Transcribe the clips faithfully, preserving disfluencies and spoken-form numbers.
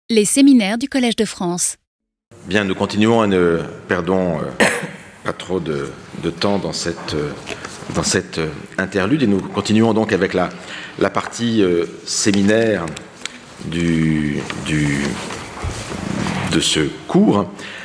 Les séminaires du Collège de France. Bien, nous continuons et ne perdons euh, pas trop de, de temps dans cette, euh, dans cette euh, interlude. Et nous continuons donc avec la, la partie euh, séminaire du, du, de ce cours.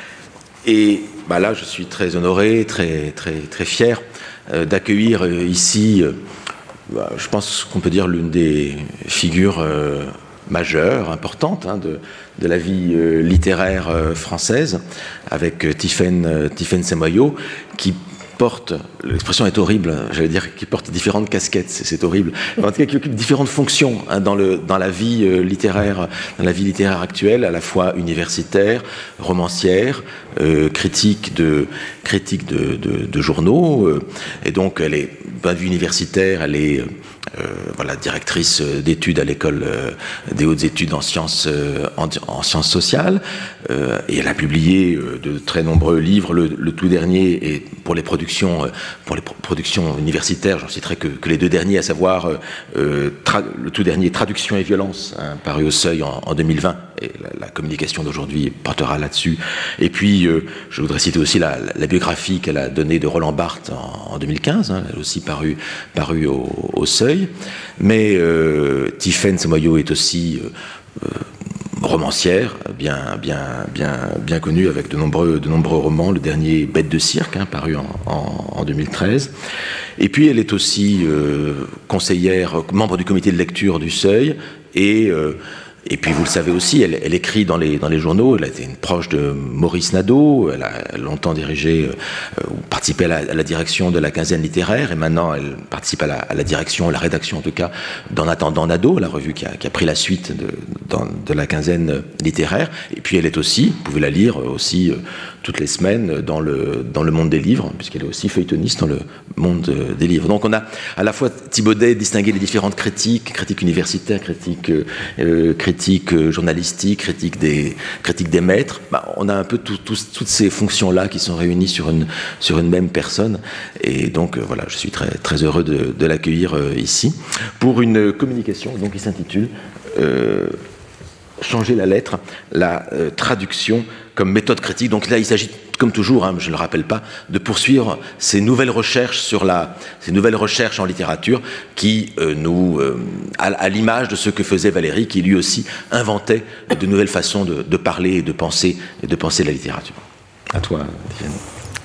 Et bah là, je suis très honoré, très, très, très fier euh, d'accueillir euh, ici, euh, bah, je pense qu'on peut dire l'une des figures euh, majeure, importante hein, de, de la vie euh, littéraire euh, française, avec euh, Tiffaine, euh, Tiffaine Semoyo, qui porte, l'expression est horrible, j'allais dire, qui porte différentes casquettes, c'est, c'est horrible, mais en tout cas qui occupe différentes fonctions hein, dans, le, dans la vie euh, littéraire, dans la vie littéraire actuelle, à la fois universitaire, romancière, euh, critique de critique de, de, de journaux, euh, et donc elle est, d'un vue universitaire, elle est euh, Euh, voilà, directrice d'études à l'école euh, des hautes études en sciences, euh, en, en sciences sociales, euh, et elle a publié euh, de très nombreux livres. Le, le tout dernier est pour les productions, euh, pour les pro- productions universitaires. J'en citerai que, que les deux derniers, à savoir euh, tra- le tout dernier Traduction et violence, hein, paru au Seuil en, en deux mille vingt. Et la, la communication d'aujourd'hui portera là-dessus. Et puis, euh, je voudrais citer aussi la, la, la biographie qu'elle a donnée de Roland Barthes en, en deux mille quinze, hein, elle aussi paru, paru au, au Seuil. Mais euh, Tiffaine Semoyo est aussi euh, euh, romancière, bien, bien, bien, bien connue, avec de nombreux, de nombreux romans. Le dernier, Bête de cirque, hein, paru en, en, en deux mille treize. Et puis, elle est aussi euh, conseillère, membre du comité de lecture du Seuil, et euh, Et puis, vous le savez aussi, elle, elle écrit dans les, dans les journaux. Elle a été une proche de Maurice Nadeau. Elle a longtemps dirigé euh, ou participé à la, à la direction de la quinzaine littéraire. Et maintenant, elle participe à la, à la direction, à la rédaction en tout cas, d'En attendant Nadeau, la revue qui a, qui a pris la suite de, dans, de la quinzaine littéraire. Et puis, elle est aussi, vous pouvez la lire aussi euh, toutes les semaines dans le, dans le Monde des livres, puisqu'elle est aussi feuilletoniste dans le Monde des livres. Donc, on a à la fois Thibaudet distingué les différentes critiques, critiques universitaires, critiques euh, critique journalistique, critique des, critique des maîtres. Bah, on a un peu tout, tout, toutes ces fonctions-là qui sont réunies sur une, sur une même personne. Et donc, euh, voilà, je suis très, très heureux de, de l'accueillir euh, ici pour une communication donc, qui s'intitule euh, « Changer la lettre, la euh, traduction comme méthode critique ». Donc là, il s'agit, comme toujours, hein, je ne le rappelle pas, de poursuivre ces nouvelles recherches sur la, ces nouvelles recherches en littérature qui euh, nous, euh, à, à l'image de ce que faisait Valéry, qui lui aussi inventait de nouvelles façons de, de parler et de penser et de penser la littérature. À toi, Tiffaine.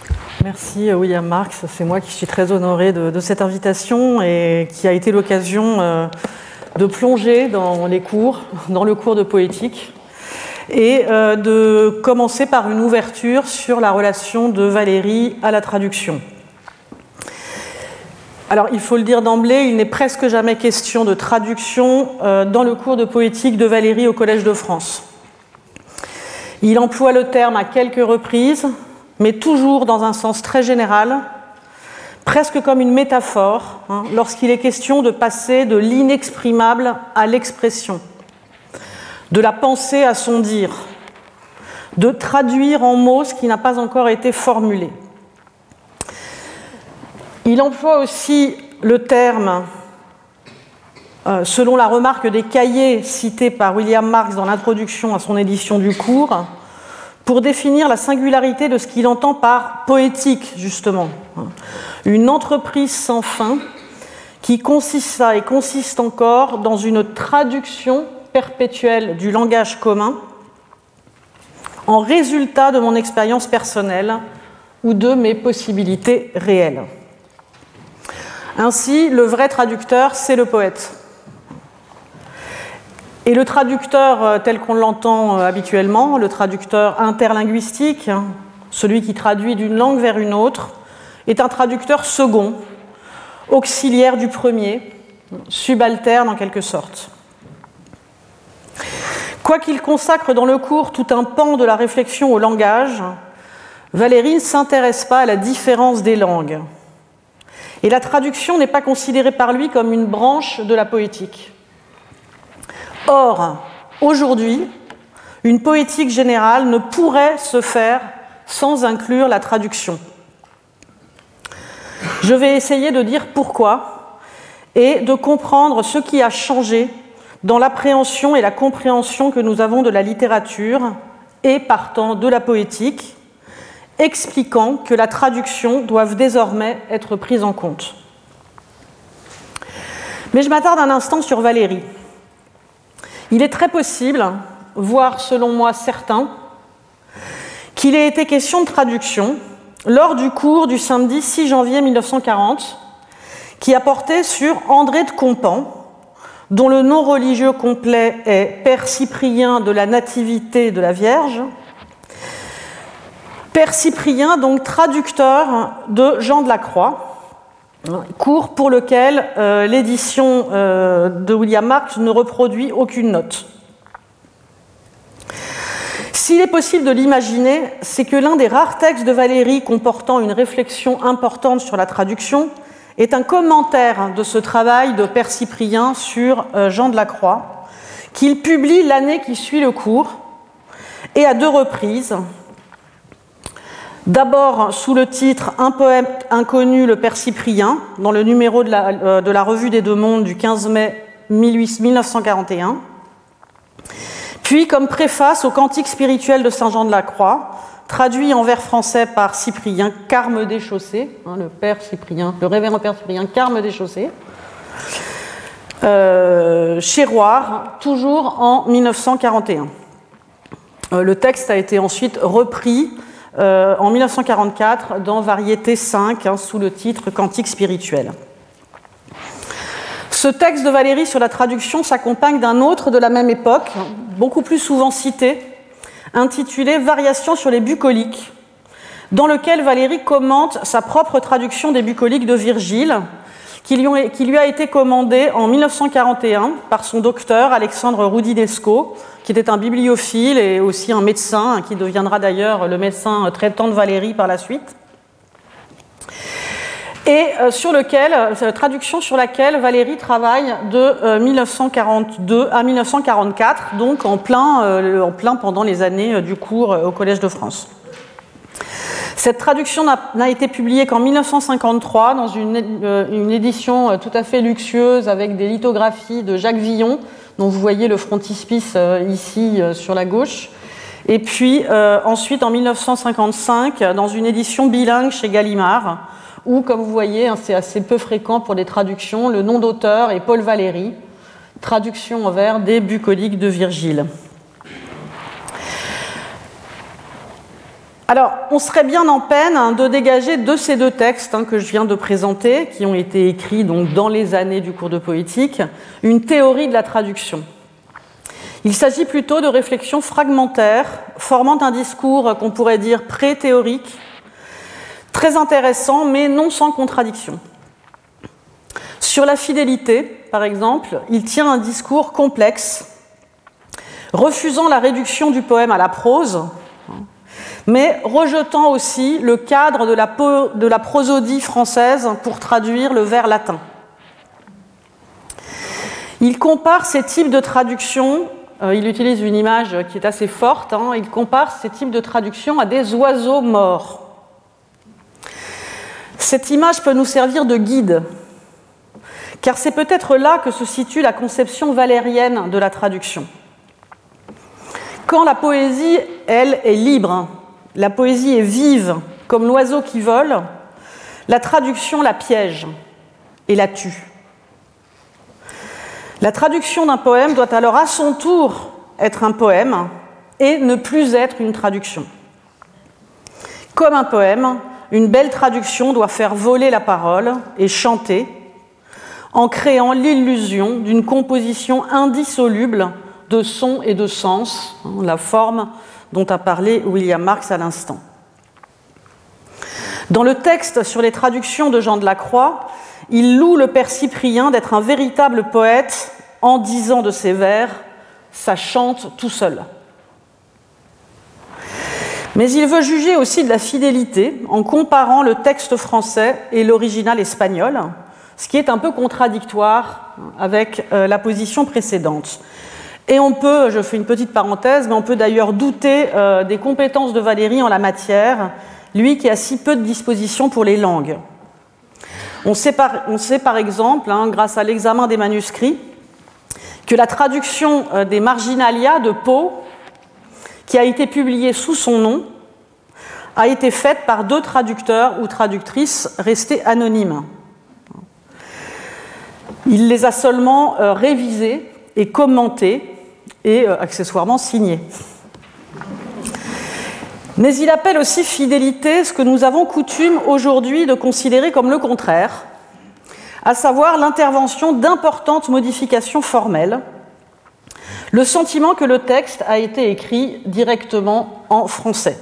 Merci William Marx, c'est moi qui suis très honorée de, de cette invitation et qui a été l'occasion euh, de plonger dans les cours, dans le cours de poétique, et euh, de commencer par une ouverture sur la relation de Valéry à la traduction. Alors, il faut le dire d'emblée, il n'est presque jamais question de traduction euh, dans le cours de poétique de Valéry au Collège de France. Il emploie le terme à quelques reprises, mais toujours dans un sens très général, presque comme une métaphore, hein, lorsqu'il est question de passer de l'inexprimable à l'expression, de la pensée à son dire, de traduire en mots ce qui n'a pas encore été formulé. Il emploie aussi le terme, euh, selon la remarque des cahiers cités par William Marx dans l'introduction à son édition du cours, pour définir la singularité de ce qu'il entend par poétique, justement. Une entreprise sans fin qui consista et consiste encore dans une traduction perpétuelle du langage commun en résultat de mon expérience personnelle ou de mes possibilités réelles. Ainsi, le vrai traducteur, c'est le poète. Et le traducteur tel qu'on l'entend habituellement, le traducteur interlinguistique, celui qui traduit d'une langue vers une autre, est un traducteur second, auxiliaire du premier, subalterne en quelque sorte. Quoiqu'il consacre dans le cours tout un pan de la réflexion au langage, Valéry ne s'intéresse pas à la différence des langues. Et la traduction n'est pas considérée par lui comme une branche de la poétique. Or, aujourd'hui, une poétique générale ne pourrait se faire sans inclure la traduction. Je vais essayer de dire pourquoi et de comprendre ce qui a changé dans l'appréhension et la compréhension que nous avons de la littérature et partant de la poétique, expliquant que la traduction doit désormais être prise en compte. Mais je m'attarde un instant sur Valéry. Il est très possible, voire selon moi certain, qu'il ait été question de traduction lors du cours du samedi six janvier mille neuf cent quarante, qui a porté sur André de Compan, dont le nom religieux complet est Père Cyprien de la Nativité de la Vierge. Père Cyprien, donc traducteur de Jean de la Croix, cours pour lequel euh, l'édition euh, de William Marx ne reproduit aucune note. S'il est possible de l'imaginer, c'est que l'un des rares textes de Valéry comportant une réflexion importante sur la traduction est un commentaire de ce travail de Père Cyprien sur euh, Jean de la Croix, qu'il publie l'année qui suit le cours, et à deux reprises. D'abord sous le titre « Un poème inconnu, le Père Cyprien », dans le numéro de la, euh, de la Revue des Deux Mondes du quinze mai mille neuf cent quarante et un, puis comme préface au Cantique spirituel de Saint Jean de la Croix, traduit en vers français par Cyprien Carme Deschaussés, hein, le Père Cyprien, le révérend Père Cyprien Carme Deschaussés, euh, chez Roire, toujours en mille neuf cent quarante et un. Euh, le texte a été ensuite repris euh, en mille neuf cent quarante-quatre dans Variété cinq, hein, sous le titre Cantique spirituel. Ce texte de Valéry sur la traduction s'accompagne d'un autre de la même époque, beaucoup plus souvent cité, intitulé « Variations sur les bucoliques », dans lequel Valéry commente sa propre traduction des bucoliques de Virgile, qui lui a été commandée en mille neuf cent quarante et un par son docteur Alexandre Roudinesco, qui était un bibliophile et aussi un médecin, qui deviendra d'ailleurs le médecin traitant de Valéry par la suite, et sur lequel, la traduction sur laquelle Valéry travaille de mille neuf cent quarante-deux à mille neuf cent quarante-quatre, donc en plein, en plein pendant les années du cours au Collège de France. Cette traduction n'a été publiée qu'en mille neuf cent cinquante-trois dans une, une édition tout à fait luxueuse avec des lithographies de Jacques Villon, dont vous voyez le frontispice ici sur la gauche, et puis euh, ensuite en mille neuf cent cinquante-cinq dans une édition bilingue chez Gallimard, où, comme vous voyez, c'est assez peu fréquent pour les traductions, le nom d'auteur est Paul Valéry, traduction en vers des bucoliques de Virgile. Alors, on serait bien en peine de dégager de ces deux textes hein, que je viens de présenter, qui ont été écrits donc, dans les années du cours de poétique, une théorie de la traduction. Il s'agit plutôt de réflexions fragmentaires, formant un discours qu'on pourrait dire pré-théorique, très intéressant, mais non sans contradiction. Sur la fidélité, par exemple, il tient un discours complexe, refusant la réduction du poème à la prose, mais rejetant aussi le cadre de la, po- de la prosodie française pour traduire le vers latin. Il compare ces types de traductions, euh, il utilise une image qui est assez forte, hein, il compare ces types de traductions à des oiseaux morts. Cette image peut nous servir de guide, car c'est peut-être là que se situe la conception valérienne de la traduction. Quand la poésie, elle, est libre, la poésie est vive, comme l'oiseau qui vole, la traduction la piège et la tue. La traduction d'un poème doit alors à son tour être un poème et ne plus être une traduction. Comme un poème, une belle traduction doit faire voler la parole et chanter en créant l'illusion d'une composition indissoluble de sons et de sens, la forme dont a parlé William Marx à l'instant. Dans le texte sur les traductions de Jean de la Croix, il loue le Père Cyprien d'être un véritable poète en disant de ses vers « ça chante tout seul ». Mais il veut juger aussi de la fidélité en comparant le texte français et l'original espagnol, ce qui est un peu contradictoire avec euh, la position précédente. Et on peut, je fais une petite parenthèse, mais on peut d'ailleurs douter euh, des compétences de Valéry en la matière, lui qui a si peu de disposition pour les langues. On sait par, on sait par exemple, hein, grâce à l'examen des manuscrits, que la traduction des Marginalia de Poe, qui a été publiée sous son nom, a été faite par deux traducteurs ou traductrices restés anonymes. Il les a seulement euh, révisés et commentés et euh, accessoirement signés. Mais il appelle aussi fidélité ce que nous avons coutume aujourd'hui de considérer comme le contraire, à savoir l'intervention d'importantes modifications formelles, le sentiment que le texte a été écrit directement en français.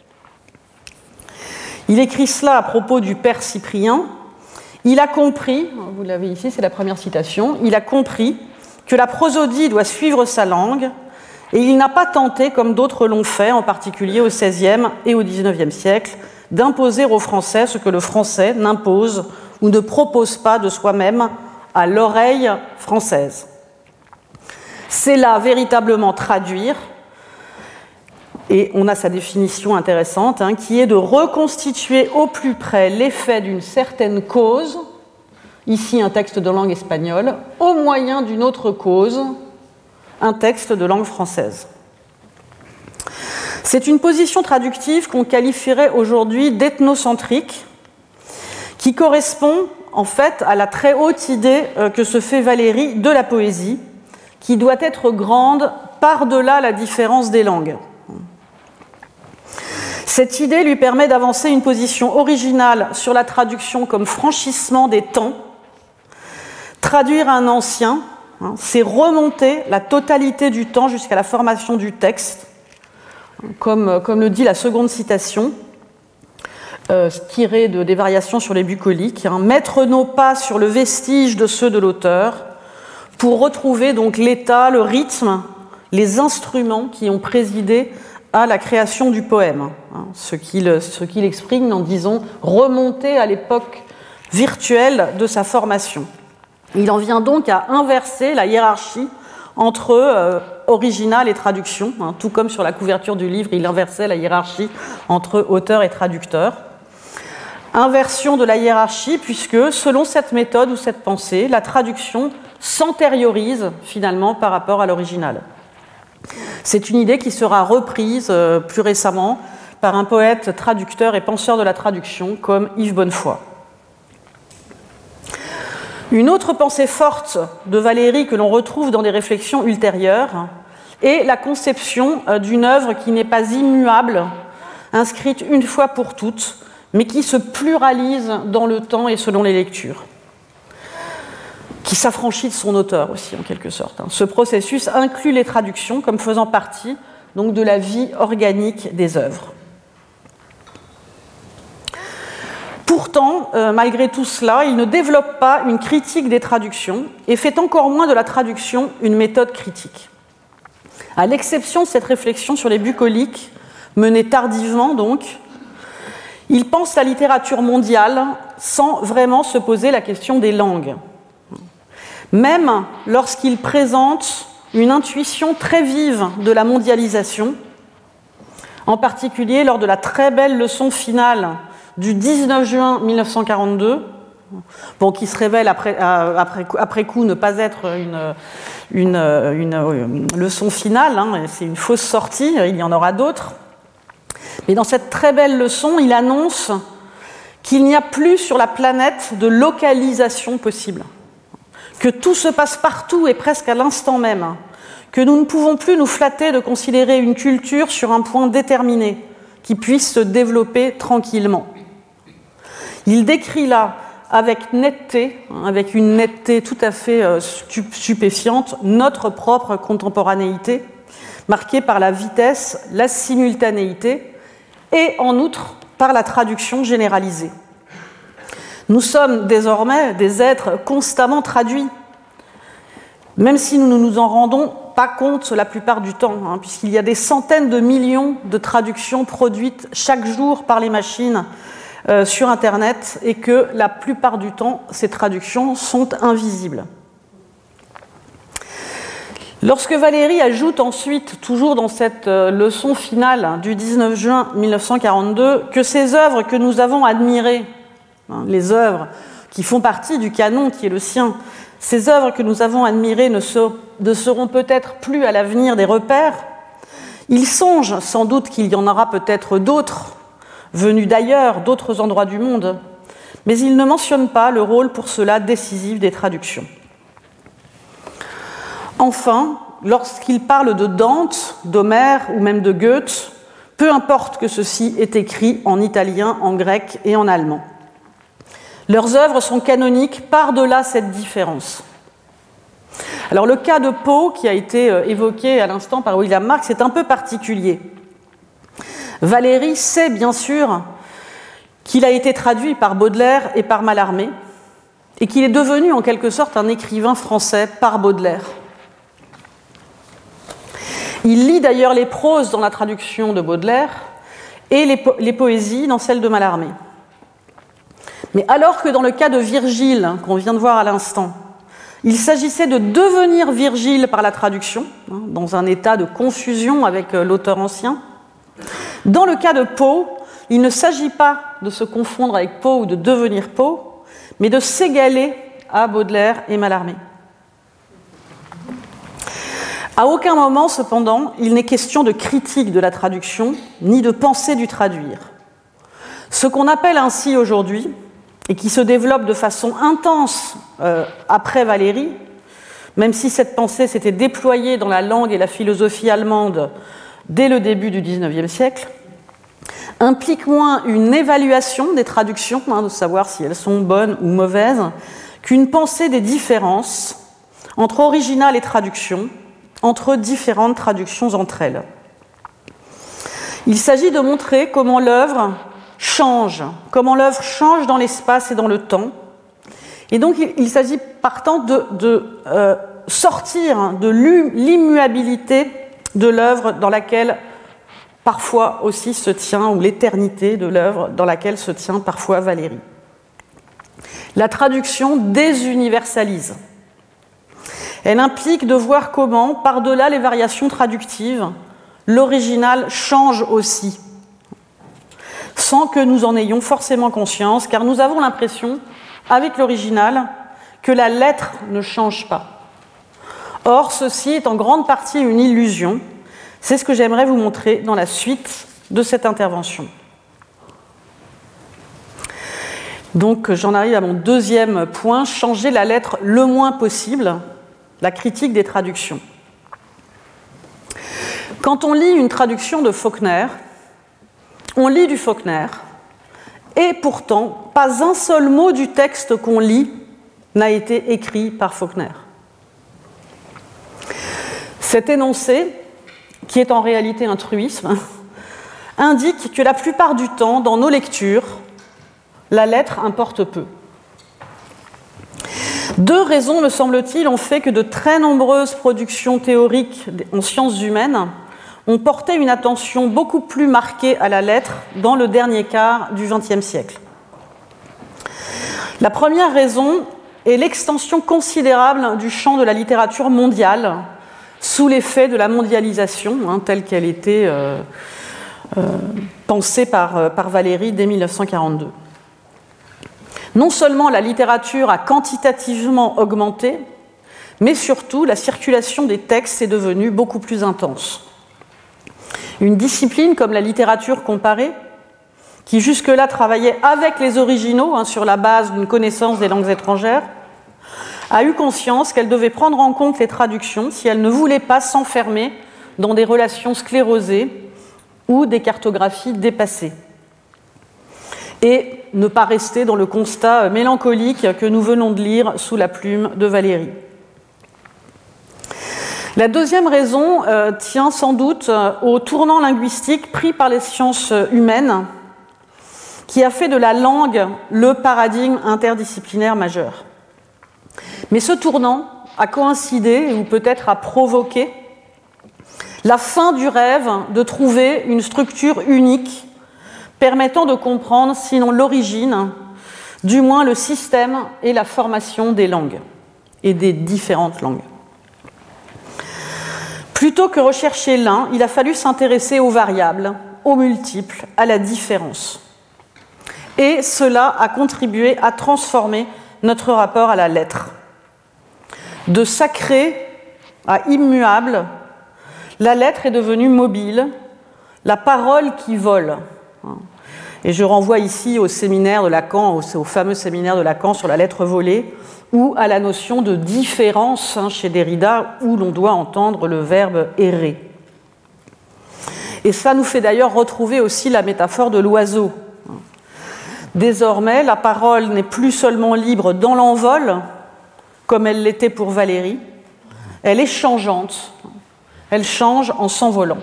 Il écrit cela à propos du père Cyprien. Il a compris, vous l'avez ici, c'est la première citation, il a compris que la prosodie doit suivre sa langue et il n'a pas tenté, comme d'autres l'ont fait, en particulier au seizième et au dix-neuvième siècle, d'imposer au français ce que le français n'impose ou ne propose pas de soi-même à l'oreille française. C'est là véritablement traduire, et on a sa définition intéressante, hein, qui est de reconstituer au plus près l'effet d'une certaine cause, ici un texte de langue espagnole, au moyen d'une autre cause, un texte de langue française. C'est une position traductive qu'on qualifierait aujourd'hui d'ethnocentrique, qui correspond en fait à la très haute idée que se fait Valéry de la poésie, qui doit être grande par-delà la différence des langues. Cette idée lui permet d'avancer une position originale sur la traduction comme franchissement des temps. Traduire un ancien, hein, c'est remonter la totalité du temps jusqu'à la formation du texte, comme, comme le dit la seconde citation, euh, tirée de, des variations sur les bucoliques, hein, mettre nos pas sur le vestige de ceux de l'auteur, pour retrouver donc l'état, le rythme, les instruments qui ont présidé à la création du poème, hein, ce qu'il ce qu'il exprime en disant remonter à l'époque virtuelle de sa formation. Il en vient donc à inverser la hiérarchie entre euh, original et traduction, hein, tout comme sur la couverture du livre, il inversait la hiérarchie entre auteur et traducteur. Inversion de la hiérarchie, puisque selon cette méthode ou cette pensée, la traduction s'antériorise finalement par rapport à l'original. C'est une idée qui sera reprise euh, plus récemment par un poète, traducteur et penseur de la traduction comme Yves Bonnefoy. Une autre pensée forte de Valéry que l'on retrouve dans des réflexions ultérieures est la conception euh, d'une œuvre qui n'est pas immuable, inscrite une fois pour toutes, mais qui se pluralise dans le temps et selon les lectures, qui s'affranchit de son auteur aussi en quelque sorte. Ce processus inclut les traductions comme faisant partie donc de la vie organique des œuvres. Pourtant, euh, malgré tout cela, il ne développe pas une critique des traductions et fait encore moins de la traduction une méthode critique. À l'exception de cette réflexion sur les bucoliques, menée tardivement donc, il pense la littérature mondiale sans vraiment se poser la question des langues. Même lorsqu'il présente une intuition très vive de la mondialisation, en particulier lors de la très belle leçon finale du dix-neuf juin mille neuf cent quarante-deux, bon, qui se révèle après, après, après coup ne pas être une, une, une, une leçon finale, hein, c'est une fausse sortie, il y en aura d'autres. Mais dans cette très belle leçon, il annonce qu'il n'y a plus sur la planète de localisation possible, que tout se passe partout et presque à l'instant même, que nous ne pouvons plus nous flatter de considérer une culture sur un point déterminé, qui puisse se développer tranquillement. Il décrit là, avec netteté, avec une netteté tout à fait stupéfiante, notre propre contemporanéité, marquée par la vitesse, la simultanéité, et en outre par la traduction généralisée. Nous sommes désormais des êtres constamment traduits, même si nous ne nous en rendons pas compte la plupart du temps, hein, puisqu'il y a des centaines de millions de traductions produites chaque jour par les machines euh, sur Internet, et que la plupart du temps, ces traductions sont invisibles. Lorsque Valéry ajoute ensuite, toujours dans cette leçon finale du dix-neuf juin mille neuf cent quarante-deux, que ces œuvres que nous avons admirées, hein, les œuvres qui font partie du canon qui est le sien, ces œuvres que nous avons admirées ne, ser, ne seront peut-être plus à l'avenir des repères, il songe sans doute qu'il y en aura peut-être d'autres, venus d'ailleurs, d'autres endroits du monde, mais il ne mentionne pas le rôle pour cela décisif des traductions. Enfin, lorsqu'il parle de Dante, d'Homère ou même de Goethe, peu importe que ceci est écrit en italien, en grec et en allemand. Leurs œuvres sont canoniques par-delà cette différence. Alors le cas de Poe, qui a été évoqué à l'instant par William Marx, est un peu particulier. Valéry sait bien sûr qu'il a été traduit par Baudelaire et par Mallarmé, et qu'il est devenu en quelque sorte un écrivain français par Baudelaire. Il lit d'ailleurs les proses dans la traduction de Baudelaire et les, po- les poésies dans celle de Mallarmé. Mais alors que dans le cas de Virgile, qu'on vient de voir à l'instant, il s'agissait de devenir Virgile par la traduction, hein, dans un état de confusion avec l'auteur ancien, dans le cas de Poe, il ne s'agit pas de se confondre avec Poe ou de devenir Poe, mais de s'égaler à Baudelaire et Mallarmé. À aucun moment, cependant, il n'est question de critique de la traduction, ni de pensée du traduire. Ce qu'on appelle ainsi aujourd'hui, et qui se développe de façon intense euh, après Valéry, même si cette pensée s'était déployée dans la langue et la philosophie allemande dès le début du dix-neuvième siècle, implique moins une évaluation des traductions, hein, de savoir si elles sont bonnes ou mauvaises, qu'une pensée des différences entre original et traduction, entre différentes traductions entre elles. Il s'agit de montrer comment l'œuvre change, comment l'œuvre change dans l'espace et dans le temps. Et donc il s'agit partant de, de euh, sortir de l'immuabilité de l'œuvre dans laquelle parfois aussi se tient, ou l'éternité de l'œuvre dans laquelle se tient parfois Valéry. La traduction désuniversalise. Elle implique de voir comment, par-delà les variations traductives, l'original change aussi, sans que nous en ayons forcément conscience, car nous avons l'impression, avec l'original, que la lettre ne change pas. Or, ceci est en grande partie une illusion. C'est ce que j'aimerais vous montrer dans la suite de cette intervention. Donc, j'en arrive à mon deuxième point, changer la lettre le moins possible, la critique des traductions. Quand on lit une traduction de Faulkner, on lit du Faulkner, et pourtant, pas un seul mot du texte qu'on lit n'a été écrit par Faulkner. Cet énoncé, qui est en réalité un truisme, indique que la plupart du temps, dans nos lectures, la lettre importe peu. Deux raisons, me semble-t-il, ont fait que de très nombreuses productions théoriques en sciences humaines ont porté une attention beaucoup plus marquée à la lettre dans le dernier quart du vingtième siècle. La première raison est l'extension considérable du champ de la littérature mondiale sous l'effet de la mondialisation, hein, telle qu'elle était euh, euh, pensée par, par Valéry dès mille neuf cent quarante-deux. Non seulement la littérature a quantitativement augmenté, mais surtout la circulation des textes est devenue beaucoup plus intense. Une discipline comme la littérature comparée, qui jusque-là travaillait avec les originaux, hein, sur la base d'une connaissance des langues étrangères, a eu conscience qu'elle devait prendre en compte les traductions si elle ne voulait pas s'enfermer dans des relations sclérosées ou des cartographies dépassées, et ne pas rester dans le constat mélancolique que nous venons de lire sous la plume de Valéry. La deuxième raison euh, tient sans doute au tournant linguistique pris par les sciences humaines, qui a fait de la langue le paradigme interdisciplinaire majeur. Mais ce tournant a coïncidé, ou peut-être a provoqué, la fin du rêve de trouver une structure unique permettant de comprendre, sinon l'origine, du moins le système et la formation des langues, et des différentes langues. Plutôt que rechercher l'un, il a fallu s'intéresser aux variables, aux multiples, à la différence. Et cela a contribué à transformer notre rapport à la lettre. De sacré à immuable, la lettre est devenue mobile, la parole qui vole. Et je renvoie ici au séminaire de Lacan, au fameux séminaire de Lacan sur la lettre volée, ou à la notion de différence chez Derrida, où l'on doit entendre le verbe errer. Et ça nous fait d'ailleurs retrouver aussi la métaphore de l'oiseau. Désormais, la parole n'est plus seulement libre dans l'envol, comme elle l'était pour Valérie, elle est changeante, elle change en s'envolant.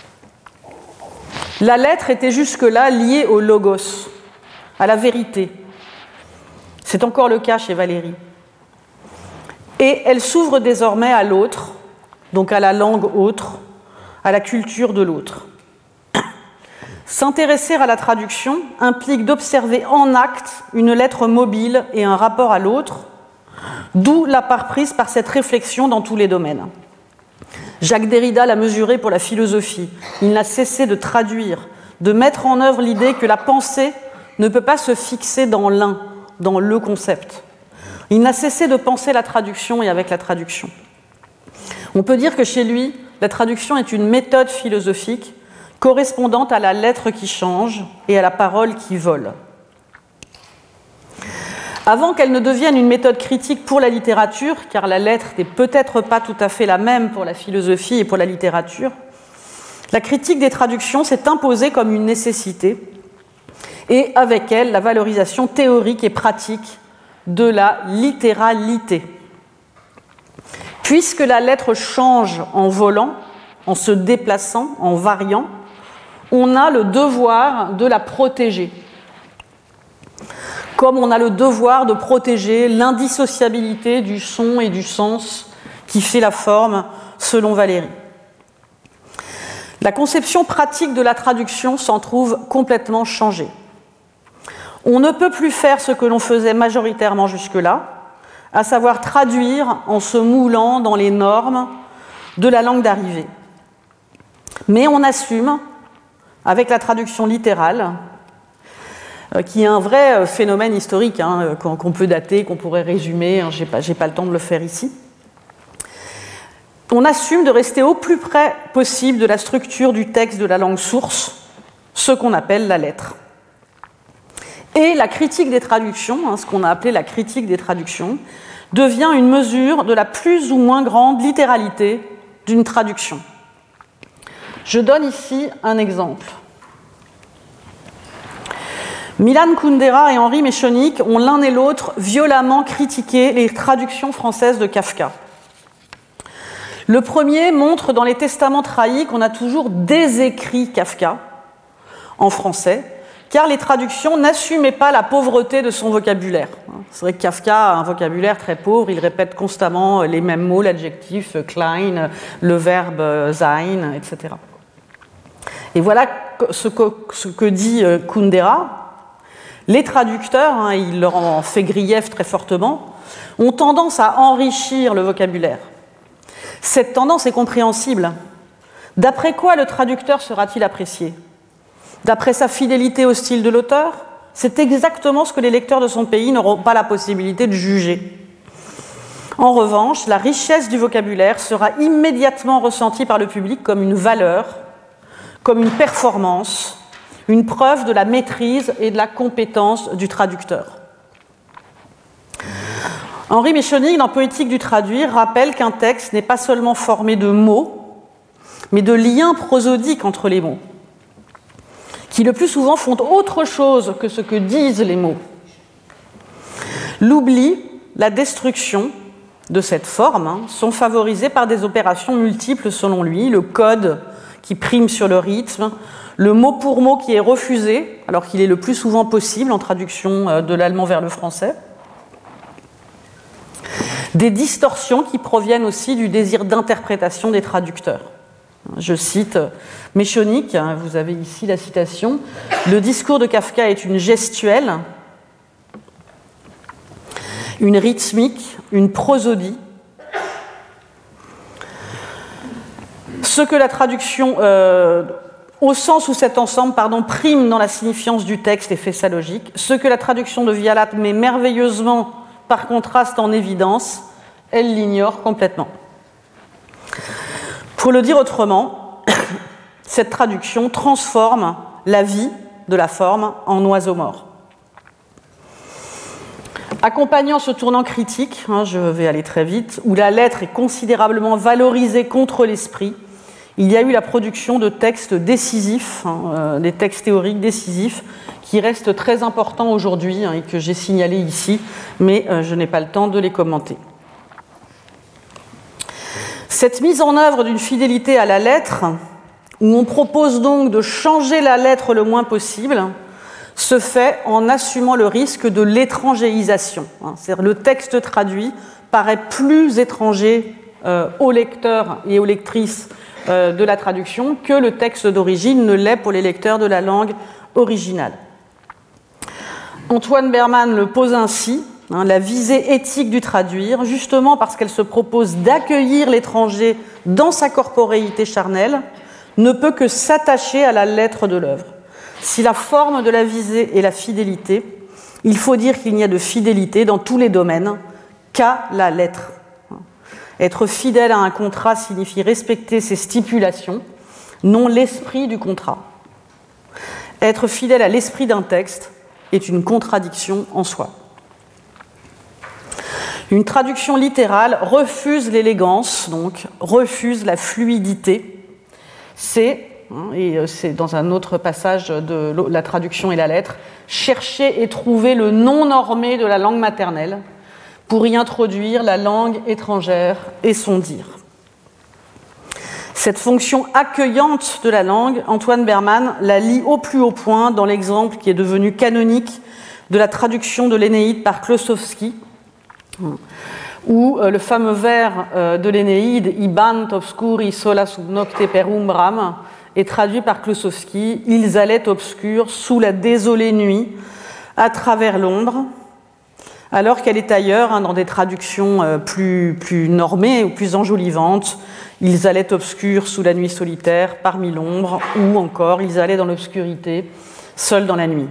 La lettre était jusque-là liée au logos, à la vérité. C'est encore le cas chez Valérie. Et elle s'ouvre désormais à l'autre, donc à la langue autre, à la culture de l'autre. S'intéresser à la traduction implique d'observer en acte une lettre mobile et un rapport à l'autre, d'où la part prise par cette réflexion dans tous les domaines. Jacques Derrida l'a mesuré pour la philosophie. Il n'a cessé de traduire, de mettre en œuvre l'idée que la pensée ne peut pas se fixer dans l'un, dans le concept. Il n'a cessé de penser la traduction et avec la traduction. On peut dire que chez lui, la traduction est une méthode philosophique correspondant à la lettre qui change et à la parole qui vole. Avant qu'elle ne devienne une méthode critique pour la littérature, car la lettre n'est peut-être pas tout à fait la même pour la philosophie et pour la littérature, la critique des traductions s'est imposée comme une nécessité, et avec elle, la valorisation théorique et pratique de la littéralité. Puisque la lettre change en volant, en se déplaçant, en variant, on a le devoir de la protéger. Comme on a le devoir de protéger l'indissociabilité du son et du sens qui fait la forme, selon Valérie. La conception pratique de la traduction s'en trouve complètement changée. On ne peut plus faire ce que l'on faisait majoritairement jusque-là, à savoir traduire en se moulant dans les normes de la langue d'arrivée. Mais on assume, avec la traduction littérale, qui est un vrai phénomène historique hein, qu'on peut dater, qu'on pourrait résumer, hein, je n'ai pas, j'ai pas le temps de le faire ici. On assume de rester au plus près possible de la structure du texte de la langue source, ce qu'on appelle la lettre. Et la critique des traductions, hein, ce qu'on a appelé la critique des traductions, devient une mesure de la plus ou moins grande littéralité d'une traduction. Je donne ici un exemple. Milan Kundera et Henri Méchonic ont l'un et l'autre violemment critiqué les traductions françaises de Kafka. Le premier montre dans les Testaments trahis qu'on a toujours désécrit Kafka en français, car les traductions n'assumaient pas la pauvreté de son vocabulaire. C'est vrai que Kafka a un vocabulaire très pauvre, il répète constamment les mêmes mots, l'adjectif klein, le verbe sein, et cetera. Et voilà ce que, ce que dit Kundera. Les traducteurs, hein, il leur en fait grief très fortement, ont tendance à enrichir le vocabulaire. Cette tendance est compréhensible. D'après quoi le traducteur sera-t-il apprécié ? D'après sa fidélité au style de l'auteur ? C'est exactement ce que les lecteurs de son pays n'auront pas la possibilité de juger. En revanche, la richesse du vocabulaire sera immédiatement ressentie par le public comme une valeur, comme une performance, une preuve de la maîtrise et de la compétence du traducteur. Henri Méchonic, dans Poétique du traduire, rappelle qu'un texte n'est pas seulement formé de mots, mais de liens prosodiques entre les mots, qui le plus souvent font autre chose que ce que disent les mots. L'oubli, la destruction de cette forme hein, sont favorisés par des opérations multiples selon lui, le code qui prime sur le rythme, le mot pour mot qui est refusé, alors qu'il est le plus souvent possible en traduction de l'allemand vers le français. Des distorsions qui proviennent aussi du désir d'interprétation des traducteurs. Je cite Méchonic, vous avez ici la citation, « Le discours de Kafka est une gestuelle, une rythmique, une prosodie. Ce que la traduction... Euh, au sens où cet ensemble pardon, prime dans la signifiance du texte et fait sa logique, ce que la traduction de Vialat met merveilleusement par contraste en évidence, elle l'ignore complètement. Pour le dire autrement, cette traduction transforme la vie de la forme en oiseau mort. Accompagnant ce tournant critique, hein, je vais aller très vite, où la lettre est considérablement valorisée contre l'esprit, il y a eu la production de textes décisifs, hein, euh, des textes théoriques décisifs, qui restent très importants aujourd'hui hein, et que j'ai signalés ici, mais euh, je n'ai pas le temps de les commenter. Cette mise en œuvre d'une fidélité à la lettre, où on propose donc de changer la lettre le moins possible, se fait en assumant le risque de l'étrangéisation. C'est-à-dire le texte traduit paraît plus étranger euh, aux lecteurs et aux lectrices euh, de la traduction que le texte d'origine ne l'est pour les lecteurs de la langue originale. Antoine Berman le pose ainsi, hein, la visée éthique du traduire, justement parce qu'elle se propose d'accueillir l'étranger dans sa corporéité charnelle, ne peut que s'attacher à la lettre de l'œuvre. Si la forme de la visée est la fidélité, il faut dire qu'il n'y a de fidélité dans tous les domaines qu'à la lettre. Être fidèle à un contrat signifie respecter ses stipulations, non l'esprit du contrat. Être fidèle à l'esprit d'un texte est une contradiction en soi. Une traduction littérale refuse l'élégance, donc refuse la fluidité. C'est et c'est dans un autre passage de la traduction et la lettre, chercher et trouver le nom normé de la langue maternelle pour y introduire la langue étrangère et son dire. Cette fonction accueillante de la langue, Antoine Berman la lie au plus haut point dans l'exemple qui est devenu canonique de la traduction de l'Énéide par Klossowski, où le fameux vers de l'Énéide « Ibant obscuri sola sub nocte per umbram » est traduit par Klossowski, « Ils allaient obscurs sous la désolée nuit, à travers l'ombre », alors qu'elle est ailleurs, hein, dans des traductions euh, plus, plus normées ou plus enjolivantes, « Ils allaient obscurs sous la nuit solitaire, parmi l'ombre », ou encore « Ils allaient dans l'obscurité, seuls dans la nuit ».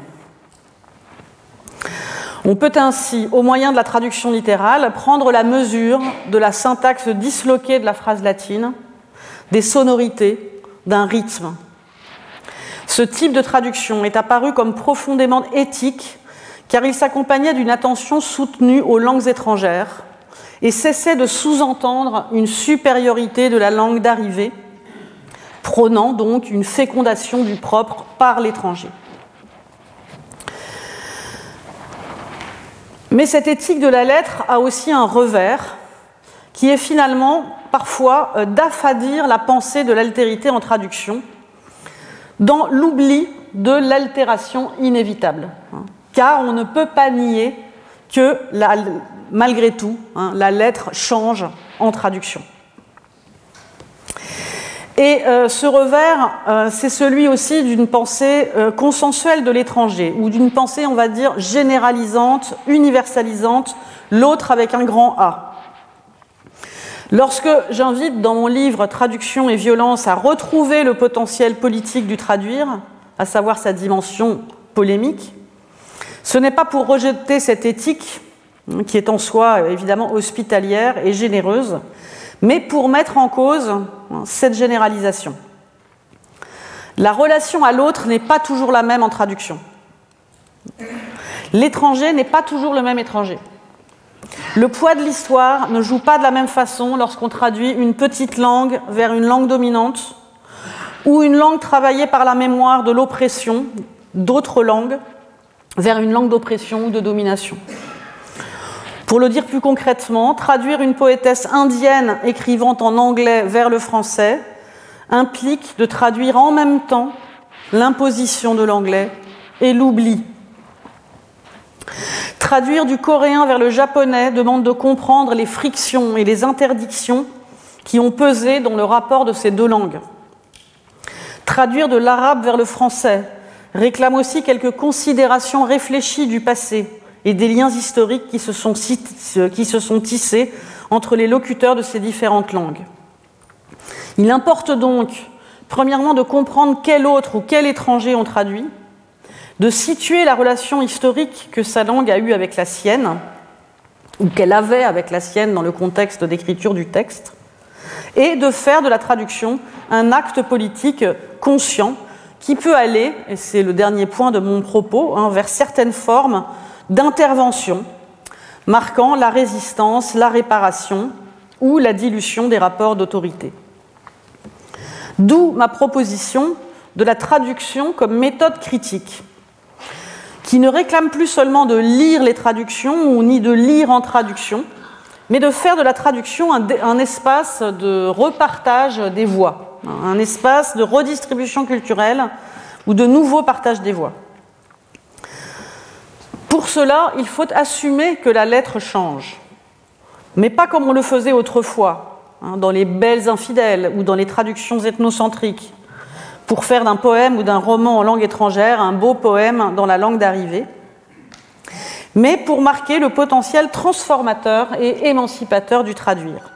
On peut ainsi, au moyen de la traduction littérale, prendre la mesure de la syntaxe disloquée de la phrase latine, des sonorités, d'un rythme. Ce type de traduction est apparu comme profondément éthique car il s'accompagnait d'une attention soutenue aux langues étrangères et cessait de sous-entendre une supériorité de la langue d'arrivée, prônant donc une fécondation du propre par l'étranger. Mais cette éthique de la lettre a aussi un revers qui est finalement parfois d'affadir la pensée de l'altérité en traduction dans l'oubli de l'altération inévitable. Car on ne peut pas nier que, la, malgré tout, hein, la lettre change en traduction. Et euh, ce revers, euh, c'est celui aussi d'une pensée euh, consensuelle de l'étranger, ou d'une pensée, on va dire, généralisante, universalisante, l'autre avec un grand A. Lorsque j'invite dans mon livre « Traduction et violence » à retrouver le potentiel politique du traduire, à savoir sa dimension polémique, ce n'est pas pour rejeter cette éthique, qui est en soi évidemment hospitalière et généreuse, mais pour mettre en cause cette généralisation. La relation à l'autre n'est pas toujours la même en traduction. L'étranger n'est pas toujours le même étranger. Le poids de l'histoire ne joue pas de la même façon lorsqu'on traduit une petite langue vers une langue dominante ou une langue travaillée par la mémoire de l'oppression d'autres langues vers une langue d'oppression ou de domination. Pour le dire plus concrètement, traduire une poétesse indienne écrivant en anglais vers le français implique de traduire en même temps l'imposition de l'anglais et l'oubli. Traduire du coréen vers le japonais demande de comprendre les frictions et les interdictions qui ont pesé dans le rapport de ces deux langues. Traduire de l'arabe vers le français réclame aussi quelques considérations réfléchies du passé et des liens historiques qui se sont, qui se sont tissés entre les locuteurs de ces différentes langues. Il importe donc, premièrement, de comprendre quel autre ou quel étranger on traduit, de situer la relation historique que sa langue a eue avec la sienne, ou qu'elle avait avec la sienne dans le contexte d'écriture du texte, et de faire de la traduction un acte politique conscient qui peut aller, et c'est le dernier point de mon propos, hein, vers certaines formes d'intervention marquant la résistance, la réparation ou la dilution des rapports d'autorité. D'où ma proposition de la traduction comme méthode critique, qui ne réclame plus seulement de lire les traductions ou ni de lire en traduction, mais de faire de la traduction un, un espace de repartage des voix, un espace de redistribution culturelle ou de nouveau partage des voix. Pour cela, il faut assumer que la lettre change, mais pas comme on le faisait autrefois, hein, dans les Belles infidèles ou dans les traductions ethnocentriques, pour faire d'un poème ou d'un roman en langue étrangère un beau poème dans la langue d'arrivée, mais pour marquer le potentiel transformateur et émancipateur du traduire.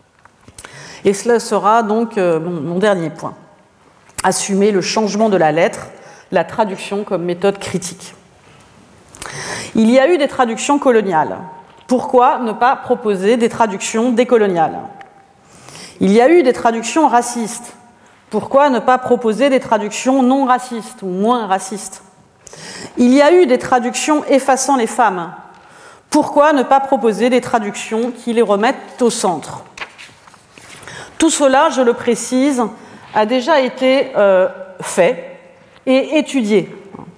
Et cela sera donc euh, mon, mon dernier point. Assumer le changement de la lettre, la traduction comme méthode critique. Il y a eu des traductions coloniales. Pourquoi ne pas proposer des traductions décoloniales ? Il y a eu des traductions racistes. Pourquoi ne pas proposer des traductions non racistes ou moins racistes ? Il y a eu des traductions effaçant les femmes. Pourquoi ne pas proposer des traductions qui les remettent au centre ? Tout cela, je le précise, a déjà été euh, fait et étudié.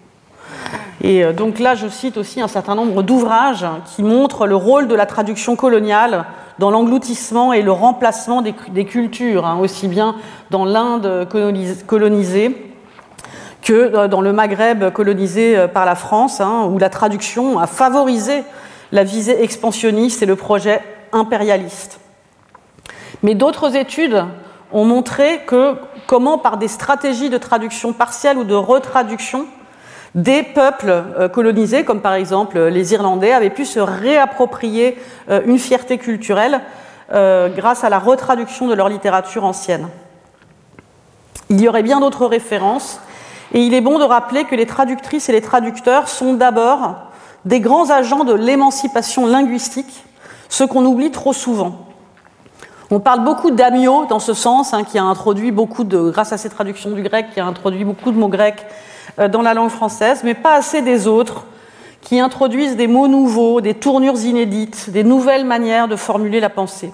Et donc là, je cite aussi un certain nombre d'ouvrages qui montrent le rôle de la traduction coloniale dans l'engloutissement et le remplacement des, des cultures, hein, aussi bien dans l'Inde colonisée que dans le Maghreb colonisé par la France, hein, où la traduction a favorisé la visée expansionniste et le projet impérialiste. Mais d'autres études ont montré que comment, par des stratégies de traduction partielle ou de retraduction, des peuples colonisés, comme par exemple les Irlandais, avaient pu se réapproprier une fierté culturelle grâce à la retraduction de leur littérature ancienne. Il y aurait bien d'autres références, et il est bon de rappeler que les traductrices et les traducteurs sont d'abord des grands agents de l'émancipation linguistique, ce qu'on oublie trop souvent. On parle beaucoup d'Amyot dans ce sens, hein, qui a introduit beaucoup de, grâce à ses traductions du grec, qui a introduit beaucoup de mots grecs dans la langue française, mais pas assez des autres, qui introduisent des mots nouveaux, des tournures inédites, des nouvelles manières de formuler la pensée.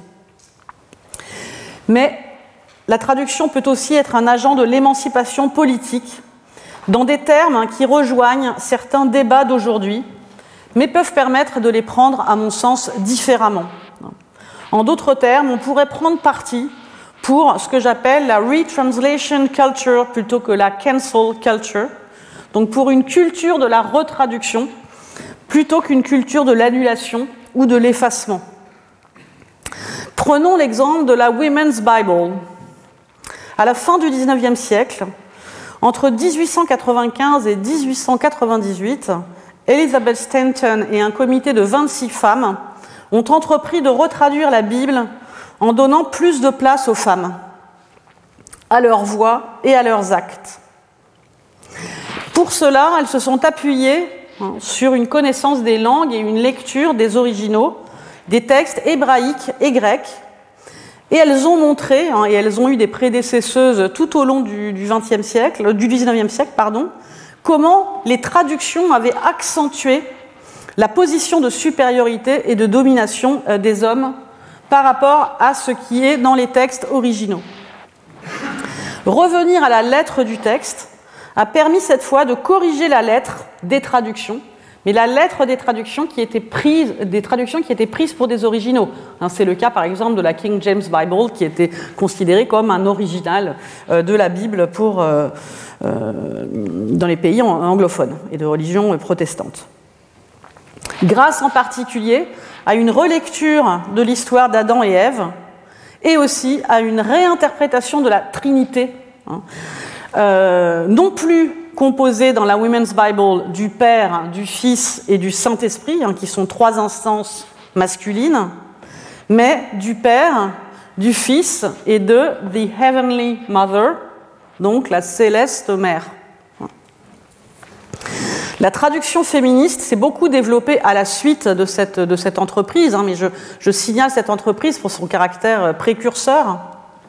Mais la traduction peut aussi être un agent de l'émancipation politique, dans des termes qui rejoignent certains débats d'aujourd'hui, mais peuvent permettre de les prendre, à mon sens, différemment. En d'autres termes, on pourrait prendre parti pour ce que j'appelle la retranslation culture plutôt que la cancel culture, donc pour une culture de la retraduction plutôt qu'une culture de l'annulation ou de l'effacement. Prenons l'exemple de la Women's Bible. À la fin du dix-neuvième siècle, entre dix-huit cent quatre-vingt-quinze et dix-huit cent quatre-vingt-dix-huit, Elizabeth Stanton et un comité de vingt-six femmes ont entrepris de retraduire la Bible en donnant plus de place aux femmes, à leurs voix et à leurs actes. Pour cela, elles se sont appuyées sur une connaissance des langues et une lecture des originaux, des textes hébraïques et grecs, et elles ont montré, et elles ont eu des prédécesseuses tout au long du vingtième siècle, du dix-neuvième siècle, pardon, comment les traductions avaient accentué la position de supériorité et de domination des hommes par rapport à ce qui est dans les textes originaux. Revenir à la lettre du texte a permis cette fois de corriger la lettre des traductions, mais la lettre des traductions qui étaient prises, des traductions qui étaient prises pour des originaux. C'est le cas par exemple de la King James Bible qui était considérée comme un original de la Bible pour, euh, euh, dans les pays anglophones et de religion protestante. Grâce en particulier à une relecture de l'histoire d'Adam et Ève et aussi à une réinterprétation de la Trinité, hein, euh, non plus composée dans la Women's Bible du Père, du Fils et du Saint-Esprit, hein, qui sont trois instances masculines, mais du Père, du Fils et de The Heavenly Mother, donc la céleste mère. La traduction féministe s'est beaucoup développée à la suite de cette, de cette entreprise, hein, mais je, je signale cette entreprise pour son caractère précurseur.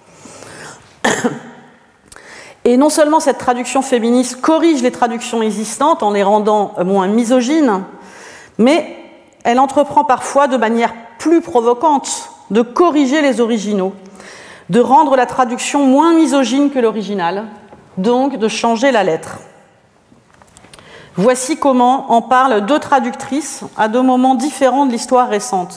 Et non seulement cette traduction féministe corrige les traductions existantes en les rendant moins misogynes, mais elle entreprend parfois de manière plus provocante de corriger les originaux, de rendre la traduction moins misogyne que l'original, donc de changer la lettre. Voici comment en parlent deux traductrices à deux moments différents de l'histoire récente.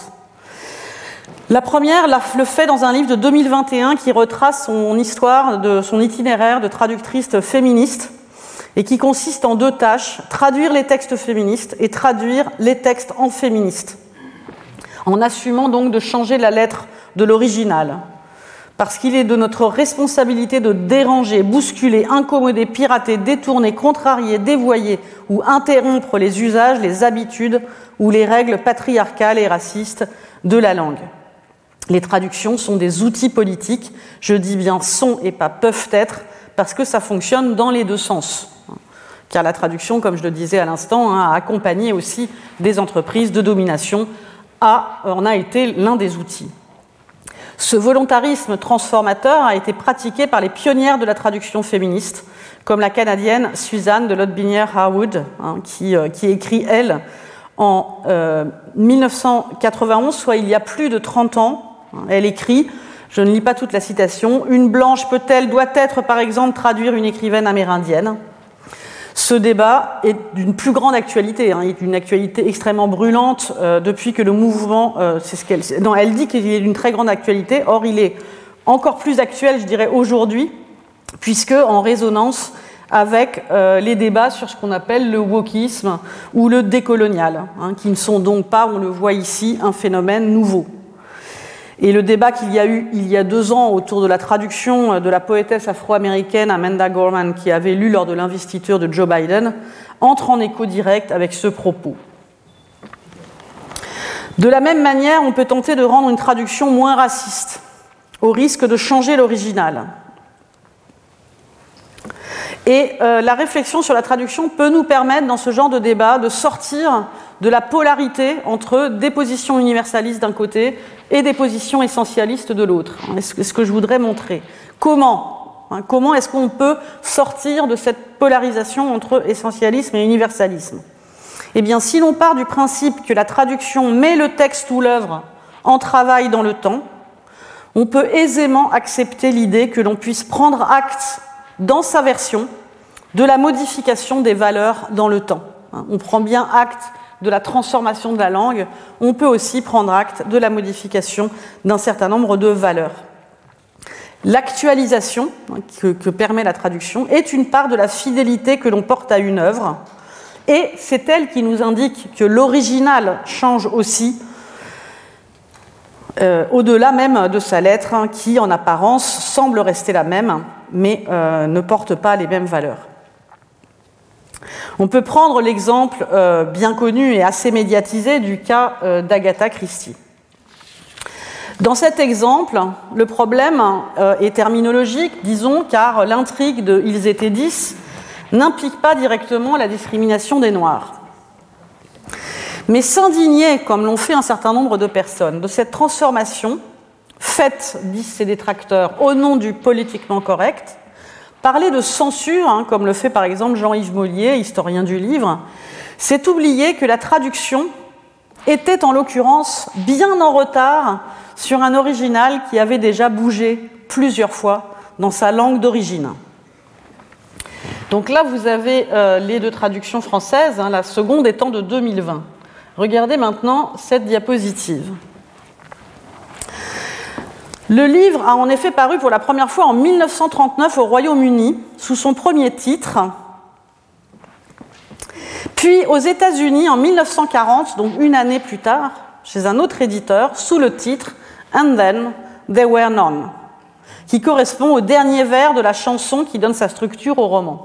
La première le fait dans un livre de deux mille vingt et un qui retrace son histoire, de son itinéraire de traductrice féministe et qui consiste en deux tâches, traduire les textes féministes et traduire les textes en féministe, en assumant donc de changer la lettre de l'original. Parce qu'il est de notre responsabilité de déranger, bousculer, incommoder, pirater, détourner, contrarier, dévoyer ou interrompre les usages, les habitudes ou les règles patriarcales et racistes de la langue. Les traductions sont des outils politiques, je dis bien sont et pas peuvent être, parce que ça fonctionne dans les deux sens. Car la traduction, comme je le disais à l'instant, a accompagné aussi des entreprises de domination, a, en a été l'un des outils. Ce volontarisme transformateur a été pratiqué par les pionnières de la traduction féministe, comme la Canadienne Suzanne de Lotbinière-Harwood, hein, qui, euh, qui écrit, elle, en euh, mille neuf cent quatre-vingt-onze, soit il y a plus de trente ans. Elle écrit, je ne lis pas toute la citation, « Une blanche peut-elle, doit-être par exemple traduire une écrivaine amérindienne ?» Ce débat est d'une plus grande actualité, hein, il est d'une actualité extrêmement brûlante euh, depuis que le mouvement, euh, c'est ce qu'elle, non, elle dit qu'il est d'une très grande actualité, or il est encore plus actuel, je dirais, aujourd'hui, puisque en résonance avec euh, les débats sur ce qu'on appelle le wokisme ou le décolonial, hein, qui ne sont donc pas, on le voit ici, un phénomène nouveau. Et le débat qu'il y a eu il y a deux ans autour de la traduction de la poétesse afro-américaine Amanda Gorman, qui avait lu lors de l'investiture de Joe Biden, entre en écho direct avec ce propos. De la même manière, on peut tenter de rendre une traduction moins raciste, au risque de changer l'original. Et euh, la réflexion sur la traduction peut nous permettre, dans ce genre de débat, de sortir de la polarité entre des positions universalistes d'un côté et des positions essentialistes de l'autre. C'est ce que je voudrais montrer. Comment, hein, comment est-ce qu'on peut sortir de cette polarisation entre essentialisme et universalisme ? Eh bien, si l'on part du principe que la traduction met le texte ou l'œuvre en travail dans le temps, on peut aisément accepter l'idée que l'on puisse prendre acte dans sa version de la modification des valeurs dans le temps. On prend bien acte de la transformation de la langue, on peut aussi prendre acte de la modification d'un certain nombre de valeurs. L'actualisation que, que permet la traduction est une part de la fidélité que l'on porte à une œuvre, et c'est elle qui nous indique que l'original change aussi, euh, au-delà même de sa lettre, hein, qui en apparence semble rester la même, mais euh, ne porte pas les mêmes valeurs. On peut prendre l'exemple euh, bien connu et assez médiatisé du cas euh, d'Agatha Christie. Dans cet exemple, le problème euh, est terminologique, disons, car l'intrigue de « Ils étaient dix » n'implique pas directement la discrimination des Noirs. Mais s'indigner, comme l'ont fait un certain nombre de personnes, de cette transformation faite, disent ses détracteurs, au nom du politiquement correct, parler de censure, hein, comme le fait par exemple Jean-Yves Mollier, historien du livre, c'est oublier que la traduction était en l'occurrence bien en retard sur un original qui avait déjà bougé plusieurs fois dans sa langue d'origine. Donc là, vous avez euh, les deux traductions françaises, hein, la seconde étant de deux mille vingt. Regardez maintenant cette diapositive. Le livre a en effet paru pour la première fois en mille neuf cent trente-neuf au Royaume-Uni, sous son premier titre, puis aux États-Unis en mille neuf cent quarante, donc une année plus tard, chez un autre éditeur, sous le titre « And then there were none », qui correspond au dernier vers de la chanson qui donne sa structure au roman.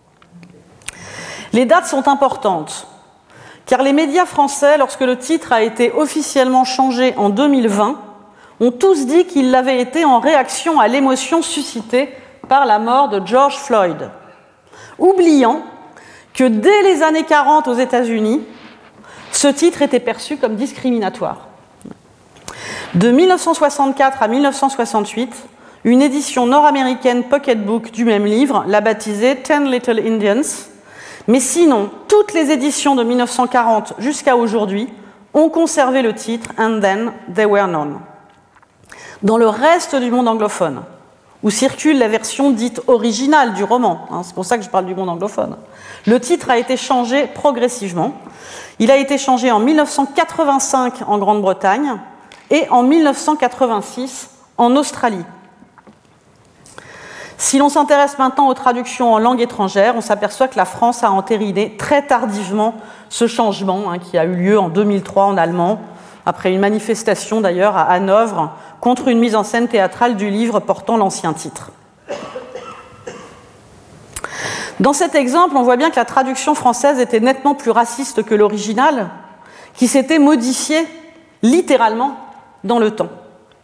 Les dates sont importantes, car les médias français, lorsque le titre a été officiellement changé en deux mille vingt, ont tous dit qu'il l'avait été en réaction à l'émotion suscitée par la mort de George Floyd, oubliant que dès les années quarante aux États-Unis, ce titre était perçu comme discriminatoire. De mille neuf cent soixante-quatre à mille neuf cent soixante-huit, une édition nord-américaine pocketbook du même livre l'a baptisé Ten Little Indians, mais sinon, toutes les éditions de mille neuf cent quarante jusqu'à aujourd'hui ont conservé le titre And Then They Were None. Dans le reste du monde anglophone, où circule la version dite originale du roman, hein, c'est pour ça que je parle du monde anglophone, le titre a été changé progressivement. Il a été changé en mille neuf cent quatre-vingt-cinq en Grande-Bretagne et en mille neuf cent quatre-vingt-six en Australie. Si l'on s'intéresse maintenant aux traductions en langue étrangère, on s'aperçoit que la France a entériné très tardivement ce changement hein, qui a eu lieu en deux mille trois en allemand, après une manifestation d'ailleurs à Hanovre contre une mise en scène théâtrale du livre portant l'ancien titre. Dans cet exemple, on voit bien que la traduction française était nettement plus raciste que l'original, qui s'était modifié littéralement dans le temps.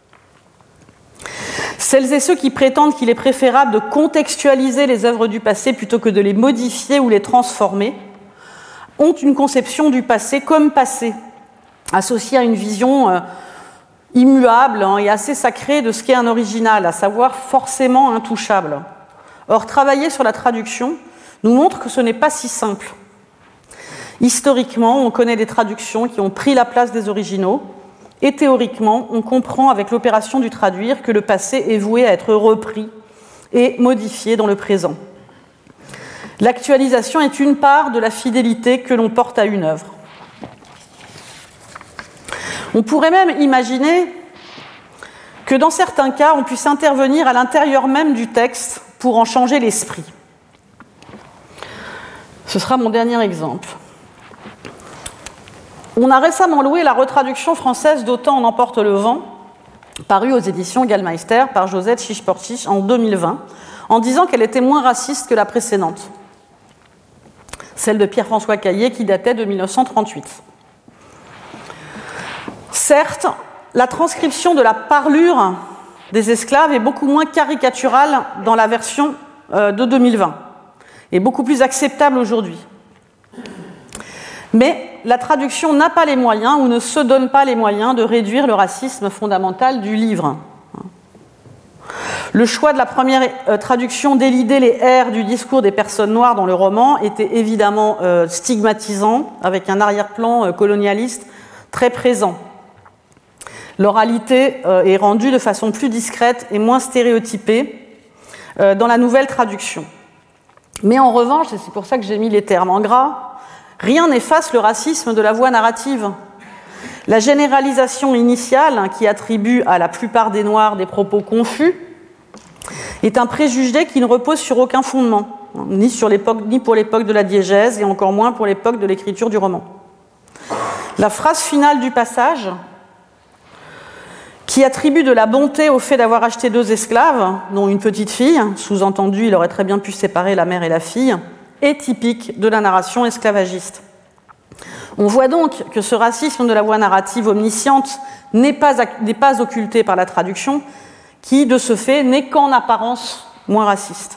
Celles et ceux qui prétendent qu'il est préférable de contextualiser les œuvres du passé plutôt que de les modifier ou les transformer ont une conception du passé comme passé, associée à une vision euh, immuable hein, et assez sacrée de ce qu'est un original, à savoir forcément intouchable. Or, travailler sur la traduction nous montre que ce n'est pas si simple. Historiquement, on connaît des traductions qui ont pris la place des originaux, et théoriquement, on comprend avec l'opération du traduire que le passé est voué à être repris et modifié dans le présent. L'actualisation est une part de la fidélité que l'on porte à une œuvre. On pourrait même imaginer que dans certains cas, on puisse intervenir à l'intérieur même du texte pour en changer l'esprit. Ce sera mon dernier exemple. On a récemment loué la retraduction française d'Autant en emporte le vent, parue aux éditions Gallmeister par Josette Chiche-Porchiche en deux mille vingt, en disant qu'elle était moins raciste que la précédente, celle de Pierre-François Caillé qui datait de mille neuf cent trente-huit. Certes, la transcription de la parlure des esclaves est beaucoup moins caricaturale dans la version de deux mille vingt et beaucoup plus acceptable aujourd'hui. Mais la traduction n'a pas les moyens ou ne se donne pas les moyens de réduire le racisme fondamental du livre. Le choix de la première traduction d'élider les R du discours des personnes noires dans le roman était évidemment stigmatisant, avec un arrière-plan colonialiste très présent. L'oralité est rendue de façon plus discrète et moins stéréotypée dans la nouvelle traduction. Mais en revanche, et c'est pour ça que j'ai mis les termes en gras, rien n'efface le racisme de la voix narrative. La généralisation initiale, qui attribue à la plupart des Noirs des propos confus, est un préjugé qui ne repose sur aucun fondement, ni, sur l'époque, ni pour l'époque de la diégèse, et encore moins pour l'époque de l'écriture du roman. La phrase finale du passage, qui attribue de la bonté au fait d'avoir acheté deux esclaves, dont une petite fille, sous-entendu, il aurait très bien pu séparer la mère et la fille, est typique de la narration esclavagiste. On voit donc que ce racisme de la voix narrative omnisciente n'est pas, n'est pas occulté par la traduction, qui, de ce fait, n'est qu'en apparence moins raciste.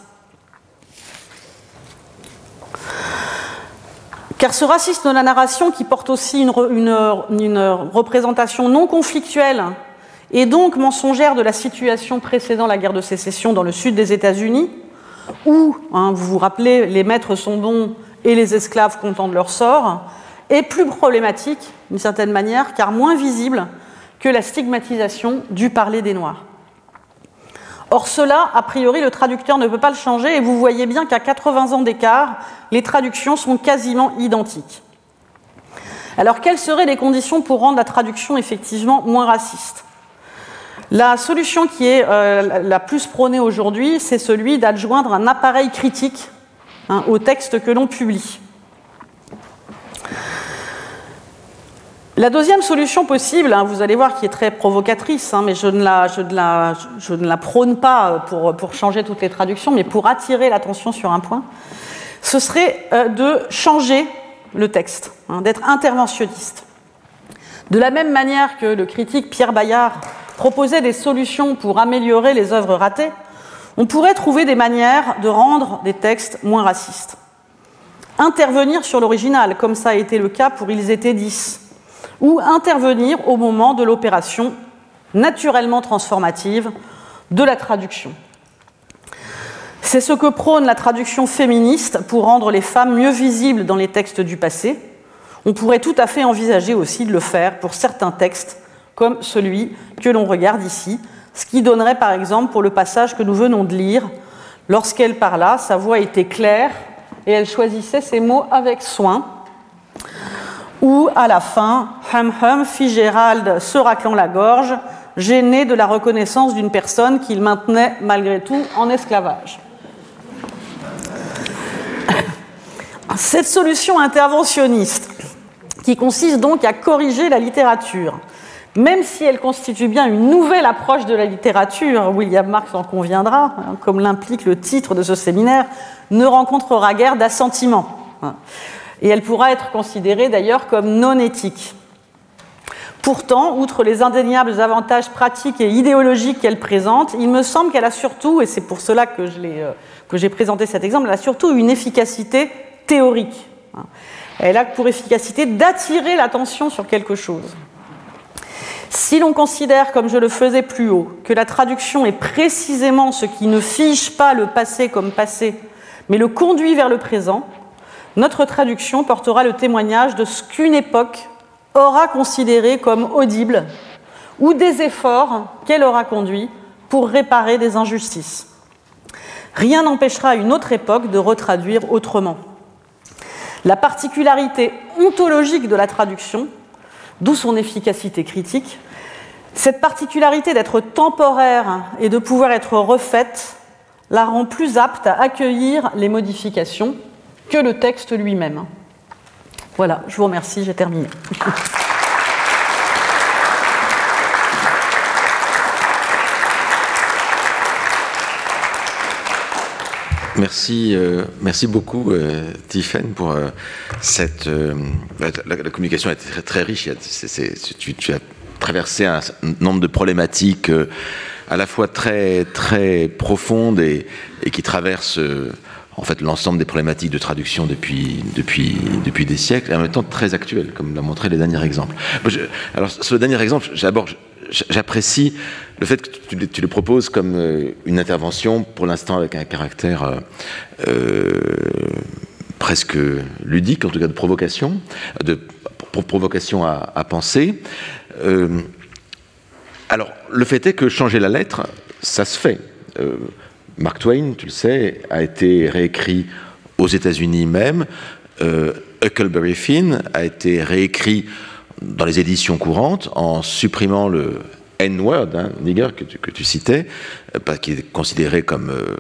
Car ce racisme de la narration, qui porte aussi une, une, une représentation non conflictuelle et donc mensongère de la situation précédant la guerre de sécession dans le sud des États-Unis, où, hein, vous vous rappelez, les maîtres sont bons et les esclaves contents de leur sort, est plus problématique, d'une certaine manière, car moins visible que la stigmatisation du parler des Noirs. Or cela, a priori, le traducteur ne peut pas le changer, et vous voyez bien qu'à quatre-vingts ans d'écart, les traductions sont quasiment identiques. Alors, quelles seraient les conditions pour rendre la traduction effectivement moins raciste ? La solution qui est euh, la plus prônée aujourd'hui, c'est celui d'adjoindre un appareil critique hein, au texte que l'on publie. La deuxième solution possible, hein, vous allez voir, qui est très provocatrice, hein, mais je ne, la, je, ne la, je ne la prône pas pour, pour changer toutes les traductions, mais pour attirer l'attention sur un point, ce serait euh, de changer le texte, hein, d'être interventionniste. De la même manière que le critique Pierre Bayard proposait des solutions pour améliorer les œuvres ratées, on pourrait trouver des manières de rendre des textes moins racistes. intervenir sur l'original, comme ça a été le cas pour Ils étaient dix, ou intervenir au moment de l'opération naturellement transformative de la traduction. C'est ce que prône la traduction féministe pour rendre les femmes mieux visibles dans les textes du passé. On pourrait tout à fait envisager aussi de le faire pour certains textes, comme celui que l'on regarde ici, ce qui donnerait par exemple pour le passage que nous venons de lire, lorsqu'elle parla, sa voix était claire et elle choisissait ses mots avec soin. Ou à la fin, hum hum, fit Gérald se raclant la gorge, gêné de la reconnaissance d'une personne qu'il maintenait malgré tout en esclavage. Cette solution interventionniste, qui consiste donc à corriger la littérature, même si elle constitue bien une nouvelle approche de la littérature, William Marx en conviendra, hein, comme l'implique le titre de ce séminaire, ne rencontrera guère d'assentiment. Hein, et elle pourra être considérée d'ailleurs comme non éthique. Pourtant, outre les indéniables avantages pratiques et idéologiques qu'elle présente, il me semble qu'elle a surtout, et c'est pour cela que, je l'ai, euh, que j'ai présenté cet exemple, elle a surtout une efficacité théorique. Hein. Elle a pour efficacité d'attirer l'attention sur quelque chose. Si l'on considère, comme je le faisais plus haut, que la traduction est précisément ce qui ne fige pas le passé comme passé, mais le conduit vers le présent, notre traduction portera le témoignage de ce qu'une époque aura considéré comme audible ou des efforts qu'elle aura conduits pour réparer des injustices. Rien n'empêchera une autre époque de retraduire autrement. La particularité ontologique de la traduction, d'où son efficacité critique, cette particularité d'être temporaire et de pouvoir être refaite la rend plus apte à accueillir les modifications que le texte lui-même. Voilà, je vous remercie, j'ai terminé. Merci, euh, merci beaucoup, euh, Tiffaine, pour euh, cette. Euh, la, la communication a été très, très riche. C'est, c'est, tu, tu as traversé un nombre de problématiques euh, à la fois très, très profondes et, et qui traversent euh, en fait l'ensemble des problématiques de traduction depuis, depuis, depuis des siècles, et en même temps très actuelles, comme l'a montré les derniers exemples. Je, alors, sur le dernier exemple, j'aborde. J'apprécie le fait que tu, tu le proposes comme euh, une intervention, pour l'instant avec un caractère euh, euh, presque ludique, en tout cas de provocation, de pro- provocation à, à penser. Euh, alors, le fait est que changer la lettre, ça se fait. Euh, Mark Twain, tu le sais, a été réécrit aux États-Unis même. Euh, Huckleberry Finn a été réécrit dans les éditions courantes, en supprimant le N-word, hein, nigger, que tu, que tu citais, euh, qui est considéré comme euh,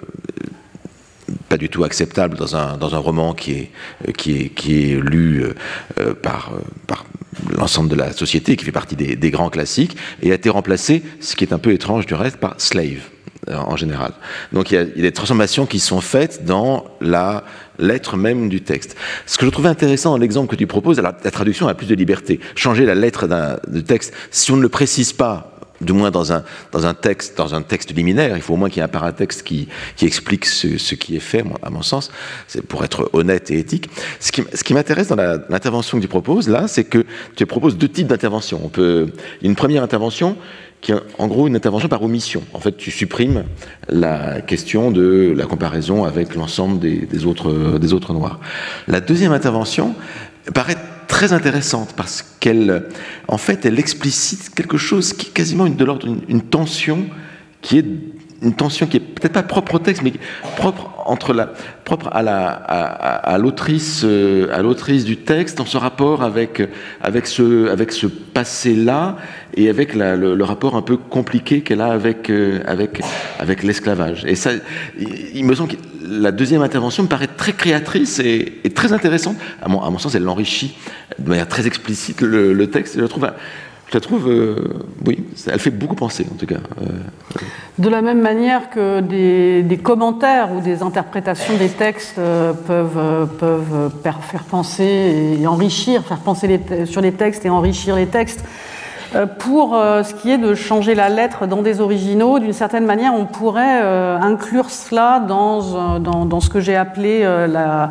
pas du tout acceptable dans un, dans un roman qui est, qui est, qui est lu euh, par, par l'ensemble de la société, qui fait partie des, des grands classiques, et a été remplacé, ce qui est un peu étrange du reste, par slave, en général. Donc il y, a, il y a des transformations qui sont faites dans la lettre même du texte. Ce que je trouvais intéressant dans l'exemple que tu proposes, alors la traduction a plus de liberté. Changer la lettre d'un de texte, si on ne le précise pas, du moins dans un, dans un texte, dans un texte liminaire, il faut au moins qu'il y ait un paratexte qui, qui explique ce, ce qui est fait, à mon sens, c'est pour être honnête et éthique. Ce qui, ce qui m'intéresse dans la, l'intervention que tu proposes, là, c'est que tu proposes deux types d'interventions. On peut, une première intervention qui est en gros une intervention par omission. En fait, tu supprimes la question de la comparaison avec l'ensemble des, des, autres, des autres noirs. La deuxième intervention paraît très intéressante parce qu'elle, en fait, elle explicite quelque chose qui est quasiment une, de l'ordre d'une une tension qui est une tension qui est peut-être pas propre au texte, mais propre entre la propre à la à, à, à l'autrice à l'autrice du texte dans ce rapport avec avec ce avec ce passé-là et avec la, le, le rapport un peu compliqué qu'elle a avec avec avec l'esclavage. Et ça, il, il me semble que la deuxième intervention me paraît très créatrice et, et très intéressante. À mon, à mon sens, elle l'enrichit de manière très explicite le, le texte. Et je la trouve, je la trouve, euh, oui, elle fait beaucoup penser en tout cas. Euh, De la même manière que des, des commentaires ou des interprétations des textes euh, peuvent, euh, peuvent faire penser et enrichir, faire penser les, sur les textes et enrichir les textes. Euh, pour euh, ce qui est de changer la lettre dans des originaux, d'une certaine manière, on pourrait euh, inclure cela dans, dans, dans ce que j'ai appelé euh, la,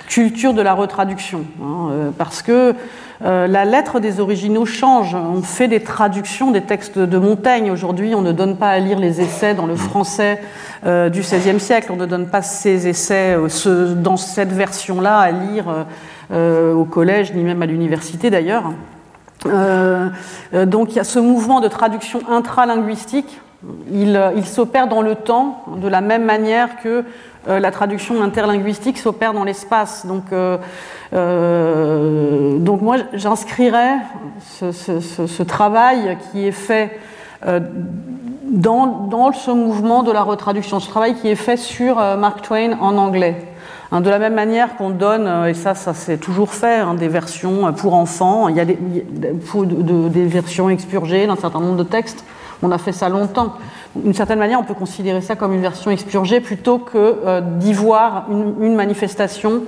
culture de la retraduction, hein, euh, parce que euh, la lettre des originaux change. On fait des traductions des textes de Montaigne. Aujourd'hui, on ne donne pas à lire les essais dans le français euh, du seizième siècle. On ne donne pas ces essais euh, ce, dans cette version-là à lire euh, au collège, ni même à l'université d'ailleurs. Euh, euh, donc il y a ce mouvement de traduction intralinguistique. Il, il s'opère dans le temps, de la même manière que euh, la traduction interlinguistique s'opère dans l'espace. Donc, euh, euh, donc moi, j'inscrirais ce, ce, ce, ce travail qui est fait euh, dans, dans ce mouvement de la retraduction, ce travail qui est fait sur euh, Mark Twain en anglais. Hein, de la même manière qu'on donne, et ça, ça c'est toujours fait, hein, des versions pour enfants, il y a des, pour, de, de, des versions expurgées d'un certain nombre de textes. On a fait ça longtemps. D'une certaine manière, on peut considérer ça comme une version expurgée plutôt que euh, d'y voir une, une manifestation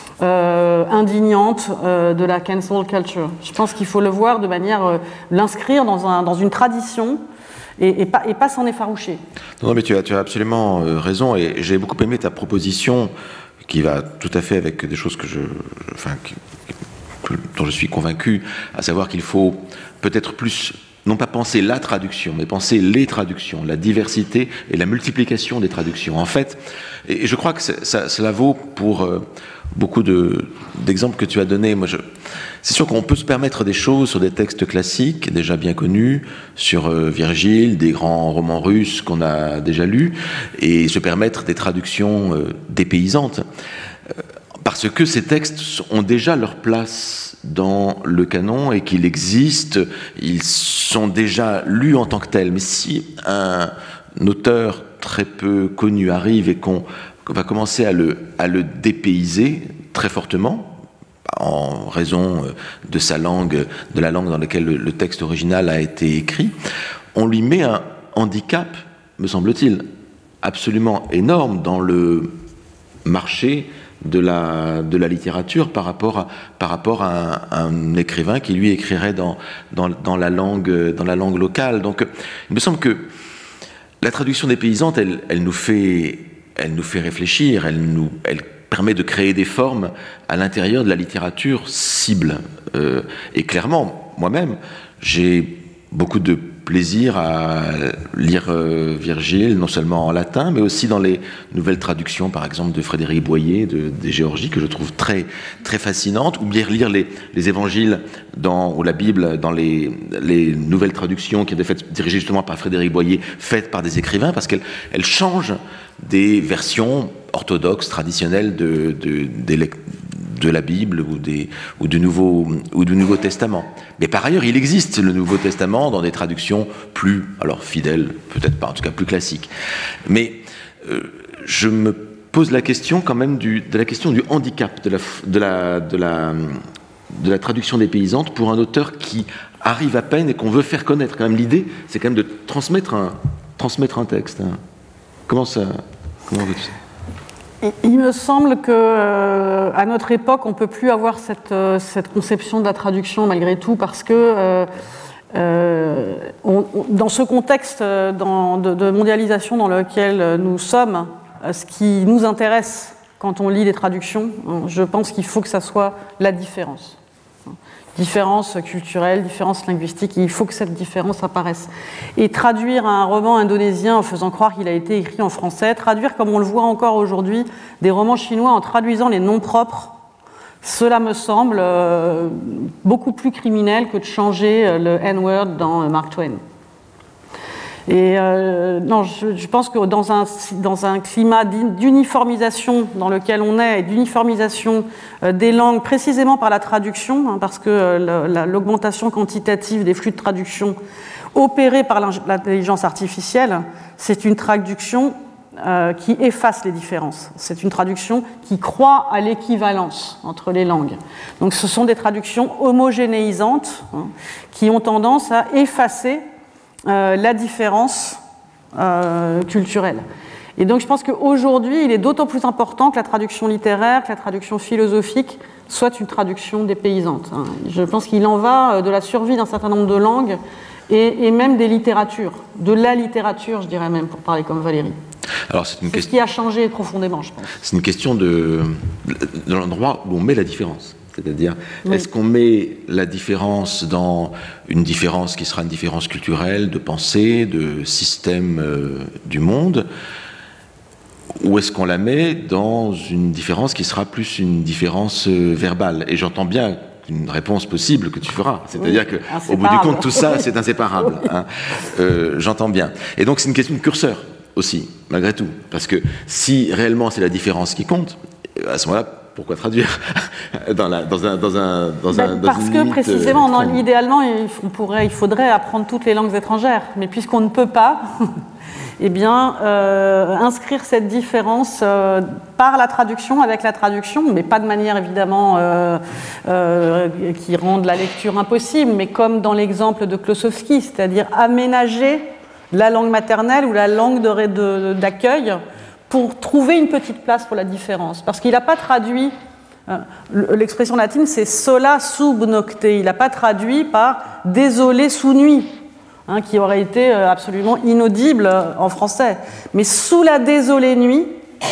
euh, indignante euh, de la cancel culture. Je pense qu'il faut le voir de manière, euh, l'inscrire dans, un, dans une tradition et, et, pas, et pas s'en effaroucher. Non, mais tu as, tu as absolument raison, et j'ai beaucoup aimé ta proposition qui va tout à fait avec des choses que je, enfin, qui, dont je suis convaincu, à savoir qu'il faut peut-être plus non pas penser la traduction, mais penser les traductions, la diversité et la multiplication des traductions. En fait, et je crois que ça, cela vaut pour euh, beaucoup de, d'exemples que tu as donnés. Moi, je, c'est sûr qu'on peut se permettre des choses sur des textes classiques, déjà bien connus, sur euh, Virgile, des grands romans russes qu'on a déjà lus, et se permettre des traductions euh, dépaysantes. Euh, parce que ces textes ont déjà leur place dans le canon et qu'il existe, ils sont déjà lus en tant que tels. Mais si un auteur très peu connu arrive et qu'on, qu'on va commencer à le, à le dépayser très fortement, en raison de sa langue, de la langue dans laquelle le, le texte original a été écrit, on lui met un handicap, me semble-t-il, absolument énorme dans le marché de la, de la littérature par rapport à, par rapport à, un, à un écrivain qui lui écrirait dans, dans, dans, la langue, dans la langue locale. Donc il me semble que la traduction dépaysantes, elle, elle, nous, fait, elle nous fait réfléchir, elle, nous, elle permet de créer des formes à l'intérieur de la littérature cible. Euh, et clairement, moi-même, j'ai beaucoup de plaisir à lire euh, Virgile, non seulement en latin, mais aussi dans les nouvelles traductions, par exemple, de Frédéric Boyer, de, des Géorgies, que je trouve très, très fascinantes, ou bien lire les, les évangiles dans, ou la Bible dans les, les nouvelles traductions qui étaient faites, dirigées justement par Frédéric Boyer, faites par des écrivains, parce qu'elles elles changent des versions orthodoxes, traditionnelles de, de, des de la Bible ou, des, ou, du Nouveau, ou du Nouveau Testament. Mais par ailleurs, il existe le Nouveau Testament dans des traductions plus, alors fidèles, peut-être pas, en tout cas plus classiques. Mais euh, je me pose la question quand même du, de la question du handicap de la, de la, de la, de la traduction dépaysantes pour un auteur qui arrive à peine et qu'on veut faire connaître. Quand même, l'idée, c'est quand même de transmettre un, transmettre un texte. Hein. Comment ça, comment veux-tu ça ? Il me semble qu'à euh, notre époque, on ne peut plus avoir cette, euh, cette conception de la traduction malgré tout, parce que euh, euh, on, on, dans ce contexte dans, de, de mondialisation dans lequel nous sommes, ce qui nous intéresse quand on lit des traductions, je pense qu'il faut que ça soit la différence. Différence culturelle, différence linguistique, il faut que cette différence apparaisse. Et traduire un roman indonésien en faisant croire qu'il a été écrit en français, traduire comme on le voit encore aujourd'hui des romans chinois en traduisant les noms propres, cela me semble euh, beaucoup plus criminel que de changer le N-word dans Mark Twain. Et euh, non, je, je pense que dans un, dans un climat d'uniformisation dans lequel on est, et d'uniformisation euh, des langues, précisément par la traduction, hein, parce que euh, la, l'augmentation quantitative des flux de traduction opérée par l'intelligence artificielle, c'est une traduction euh, qui efface les différences. C'est une traduction qui croit à l'équivalence entre les langues. Donc ce sont des traductions homogénéisantes, hein, qui ont tendance à effacer Euh, la différence euh, culturelle. Et donc je pense qu'aujourd'hui, il est d'autant plus important que la traduction littéraire, que la traduction philosophique soit une traduction dépaysante. Hein. Je pense qu'il en va de la survie d'un certain nombre de langues et, et même des littératures, de la littérature, je dirais même, pour parler comme Valérie. Alors, c'est une C'est question... ce qui a changé profondément, je pense. C'est une question de, de l'endroit où on met la différence. C'est-à-dire, oui. Est-ce qu'on met la différence dans une différence qui sera une différence culturelle, de pensée, de système euh, du monde, ou est-ce qu'on la met dans une différence qui sera plus une différence euh, verbale? Et j'entends bien une réponse possible que tu feras. C'est-à-dire oui, qu'au bout du compte, tout ça, c'est inséparable. Oui. Hein. Euh, j'entends bien. Et donc, c'est une question de curseur aussi, malgré tout. Parce que si réellement c'est la différence qui compte, à ce moment-là, pourquoi traduire dans, la, dans un dans un dans ben, un dans parce que précisément, non, idéalement, il, pourrait, il faudrait apprendre toutes les langues étrangères. Mais puisqu'on ne peut pas, eh bien, euh, inscrire cette différence euh, par la traduction, avec la traduction, mais pas de manière évidemment euh, euh, qui rende la lecture impossible, mais comme dans l'exemple de Klossowski, c'est-à-dire aménager la langue maternelle ou la langue de, de, d'accueil pour trouver une petite place pour la différence. Parce qu'il n'a pas traduit, euh, l'expression latine c'est sola sub nocte, il n'a pas traduit par désolé sous nuit, hein, qui aurait été absolument inaudible en français. Mais sous la désolée nuit,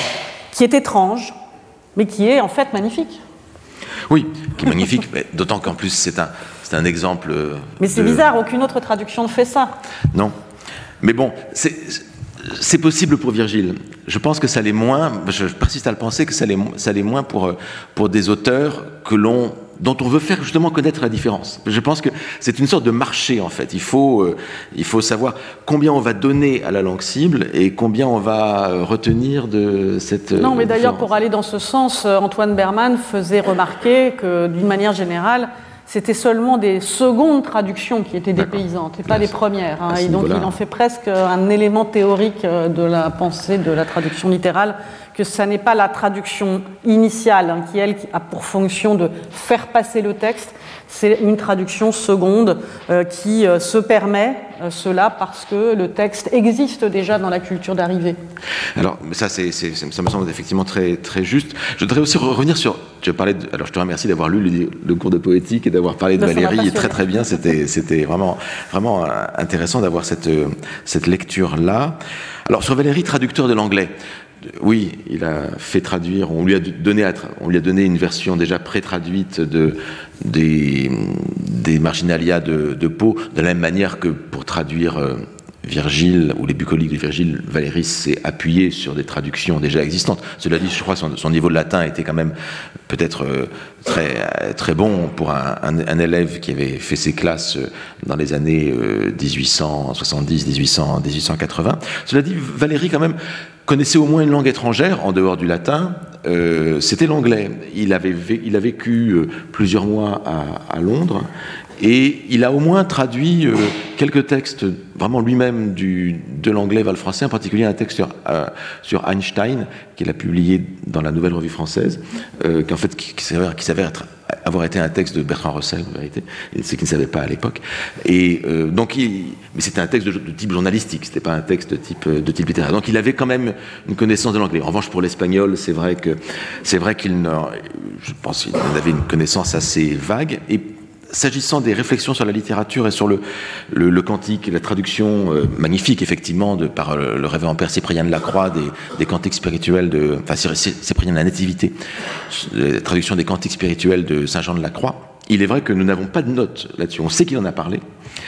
qui est étrange, mais qui est en fait magnifique. Oui, qui est magnifique, mais d'autant qu'en plus c'est un, c'est un exemple. Mais c'est de... bizarre, aucune autre traduction ne fait ça. Non. Mais bon, c'est. C'est possible pour Virgile. Je pense que ça l'est moins, je persiste à le penser, que ça l'est, ça l'est moins pour, pour des auteurs que l'on, dont on veut faire justement connaître la différence. Je pense que c'est une sorte de marché, en fait. Il faut, euh, il faut savoir combien on va donner à la langue cible et combien on va retenir de cette Non, mais d'ailleurs, différence. Pour aller dans ce sens, Antoine Berman faisait remarquer que, d'une manière générale, c'était seulement des secondes traductions qui étaient dépaysantes, et pas les premières. Hein, et donc il en fait presque un élément théorique de la pensée de la traduction littérale, que ça n'est pas la traduction initiale, hein, qui, elle, a pour fonction de faire passer le texte, c'est une traduction seconde euh, qui euh, se permet euh, cela parce que le texte existe déjà dans la culture d'arrivée. Alors, ça, c'est, c'est, ça me semble effectivement très, très juste. Je voudrais aussi revenir sur... Je, parlais de, alors, je te remercie d'avoir lu le, le cours de poétique et d'avoir parlé de Valéry très très bien. C'était, c'était vraiment, vraiment intéressant d'avoir cette, cette lecture-là. Alors, sur Valéry, traducteur de l'anglais, oui, il a fait traduire, on lui a donné, on lui a donné une version déjà pré-traduite de, des, des Marginalia de, de Poe, de la même manière que pour traduire euh, Virgile ou les bucoliques de Virgile, Valéry s'est appuyé sur des traductions déjà existantes. Cela dit, je crois que son, son niveau de latin était quand même peut-être euh, très, très bon pour un, un, un élève qui avait fait ses classes dans les années euh, dix-huit cent soixante-dix, dix-huit cents, dix-huit cent quatre-vingts. Cela dit, Valéry quand même connaissait au moins une langue étrangère en dehors du latin, euh, c'était l'anglais. Il avait, il a vécu euh, plusieurs mois à, à Londres et il a au moins traduit euh, quelques textes vraiment lui-même du, de l'anglais vers le français, en particulier un texte sur, euh, sur Einstein qu'il a publié dans la Nouvelle Revue Française, euh, qui en fait qui, qui, s'avère, qui s'avère être, avoir été un texte de Bertrand Russell en vérité, c'est qu'il ne savait pas à l'époque. Et euh, donc, il, mais c'était un texte de, de type journalistique, c'était pas un texte de type de type littéraire. Donc, il avait quand même une connaissance de l'anglais. En revanche, pour l'espagnol, c'est vrai que c'est vrai qu'il ne, je pense qu'il en avait une connaissance assez vague. Et s'agissant des réflexions sur la littérature et sur le, le, le cantique, la traduction euh, magnifique, effectivement, de, par le, le révérend père Cyprien de la Croix, des, des cantiques spirituels de... Enfin, Cyprien de la Nativité, la traduction des cantiques spirituels de Saint Jean de la Croix. Il est vrai que nous n'avons pas de notes là-dessus. On sait qu'il en a parlé.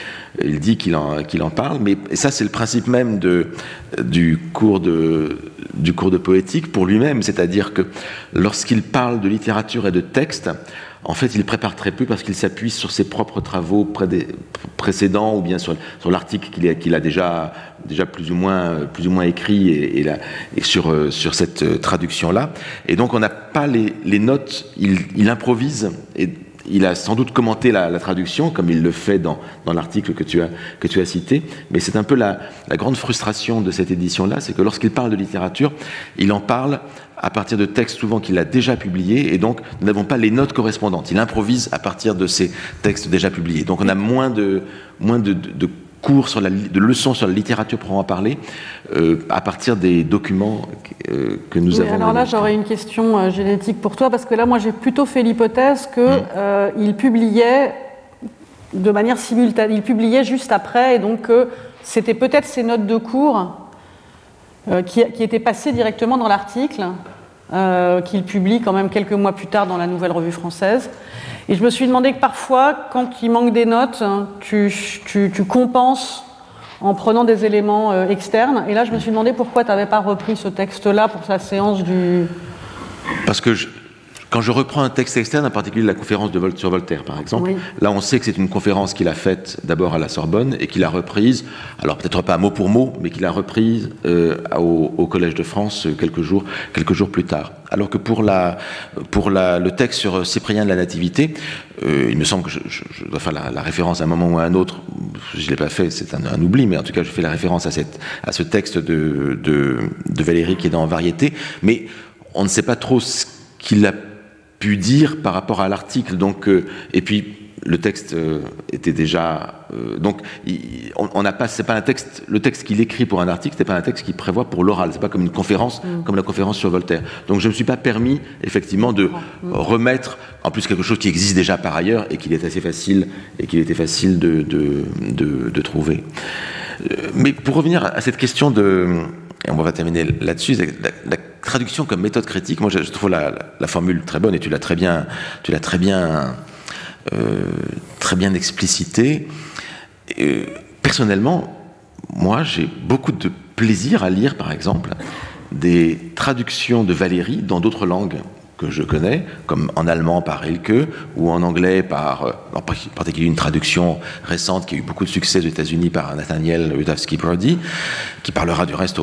Il dit qu'il en, qu'il en parle, mais ça, c'est le principe même de, du, cours de, du cours de poétique pour lui-même. C'est-à-dire que lorsqu'il parle de littérature et de texte, en fait, il prépare très peu parce qu'il s'appuie sur ses propres travaux pré- précédents ou bien sur, sur l'article qu'il a, qu'il a déjà, déjà plus ou moins, plus ou moins écrit et, et, la, et sur, sur cette traduction-là. Et donc, on n'a pas les, les notes, il, il improvise et il a sans doute commenté la, la traduction, comme il le fait dans, dans l'article que tu as, que tu as cité, mais c'est un peu la, la grande frustration de cette édition-là, c'est que lorsqu'il parle de littérature, il en parle à partir de textes souvent qu'il a déjà publiés, et donc nous n'avons pas les notes correspondantes. Il improvise à partir de ces textes déjà publiés. Donc on a moins de, moins de, de, de cours, sur la, de leçons sur la littérature pour en parler, euh, à partir des documents euh, que nous oui, avons. Alors là, j'aurais une question euh, génétique pour toi, parce que là, moi, j'ai plutôt fait l'hypothèse qu'il mmh. euh, publiait de manière simultanée. Il publiait juste après, et donc euh, c'était peut-être ses notes de cours euh, qui, qui était passé directement dans l'article, euh, qu'il publie quand même quelques mois plus tard dans la Nouvelle Revue Française. Et je me suis demandé que parfois, quand il manque des notes, tu, tu, tu compenses en prenant des éléments euh, externes. Et là, je me suis demandé pourquoi tu n'avais pas repris ce texte-là pour sa séance du... Parce que je, quand je reprends un texte externe, en particulier la conférence de Vol- sur Voltaire, par exemple, oui. Là, on sait que c'est une conférence qu'il a faite d'abord à la Sorbonne et qu'il a reprise, alors peut-être pas mot pour mot, mais qu'il a reprise euh, au, au Collège de France quelques jours, quelques jours plus tard. Alors que pour, la, pour la, le texte sur Cyprien de la Nativité, euh, il me semble que je, je, je dois faire la, la référence à un moment ou à un autre, je ne l'ai pas fait, c'est un, un oubli, mais en tout cas je fais la référence à, cette, à ce texte de, de, de Valéry qui est dans Variété, mais on ne sait pas trop ce qu'il a pu dire par rapport à l'article, donc, euh, et puis le texte euh, était déjà... Euh, donc, il, on n'a pas... C'est pas un texte... Le texte qu'il écrit pour un article, c'est pas un texte qu'il prévoit pour l'oral. C'est pas comme une conférence, mmh. comme la conférence sur Voltaire. Donc, je ne me suis pas permis, effectivement, de mmh. remettre, en plus, quelque chose qui existe déjà par ailleurs et qu'il est assez facile, et qu'il était facile de, de, de, de trouver. Euh, mais pour revenir à cette question de... Et on va terminer là-dessus, la, la traduction comme méthode critique, moi, je, je trouve la, la, la formule très bonne, et tu l'as très bien... Tu l'as très bien Euh, très bien explicité. Euh, personnellement, moi, j'ai beaucoup de plaisir à lire, par exemple, des traductions de Valéry dans d'autres langues que je connais, comme en allemand par Rilke, ou en anglais par, en particulier une traduction récente qui a eu beaucoup de succès aux États-Unis par Nathaniel Rudavsky-Brody, qui parlera du reste au,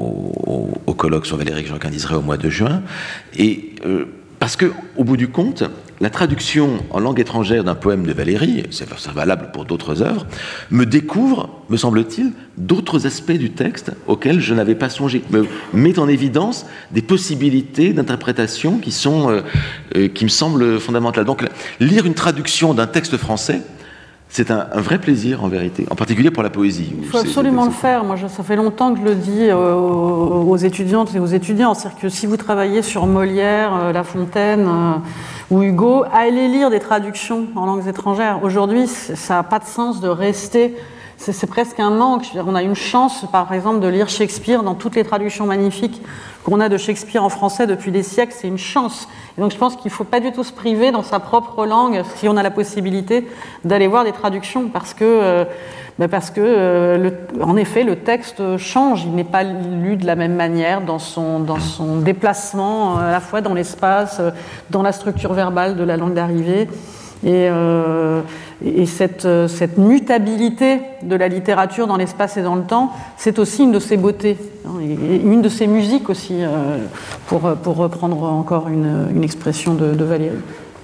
au, au colloque sur Valéry que j'organiserai au mois de juin. Et euh, parce que, au bout du compte, la traduction en langue étrangère d'un poème de Valéry, c'est valable pour d'autres œuvres, me découvre, me semble-t-il, d'autres aspects du texte auxquels je n'avais pas songé, me met en évidence des possibilités d'interprétation qui sont, euh, euh, qui me semblent fondamentales. Donc, lire une traduction d'un texte français, c'est un, un vrai plaisir, en vérité, en particulier pour la poésie. Il faut absolument le faire. Moi, je, ça fait longtemps que je le dis aux, aux étudiantes et aux étudiants. C'est-à-dire que si vous travaillez sur Molière, euh, La Fontaine euh, ou Hugo, allez lire des traductions en langues étrangères. Aujourd'hui, ça n'a pas de sens de rester... C'est, c'est presque un manque. Je veux dire, on a une chance, par exemple, de lire Shakespeare dans toutes les traductions magnifiques qu'on a de Shakespeare en français depuis des siècles. C'est une chance. Et donc, je pense qu'il ne faut pas du tout se priver dans sa propre langue, si on a la possibilité, d'aller voir des traductions, parce que, euh, ben parce que euh, le, en effet, le texte change. Il n'est pas lu de la même manière dans son, dans son déplacement, à la fois dans l'espace, dans la structure verbale de la langue d'arrivée. Et, euh, et cette, cette mutabilité de la littérature dans l'espace et dans le temps, c'est aussi une de ses beautés, hein, et une de ses musiques aussi, euh, pour, pour reprendre encore une, une expression de, de Valéry.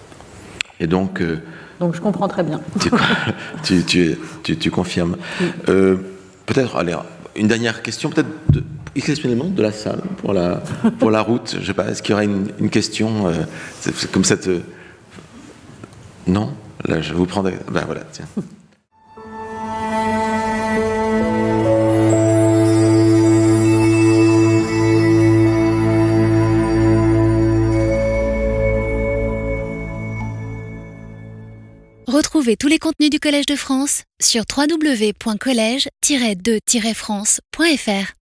Et donc... Euh, donc je comprends très bien. Tu, tu, tu, tu, tu confirmes. Oui. Euh, peut-être, allez, une dernière question, peut-être de, exceptionnellement de la salle, pour la, pour la route. Je ne sais pas, est-ce qu'il y aura une, une question euh, c'est, c'est comme cette... Euh, Non, là je vous prends. Ben voilà, tiens. Retrouvez tous les contenus du Collège de France sur w w w point collège tiret de tiret france point f r.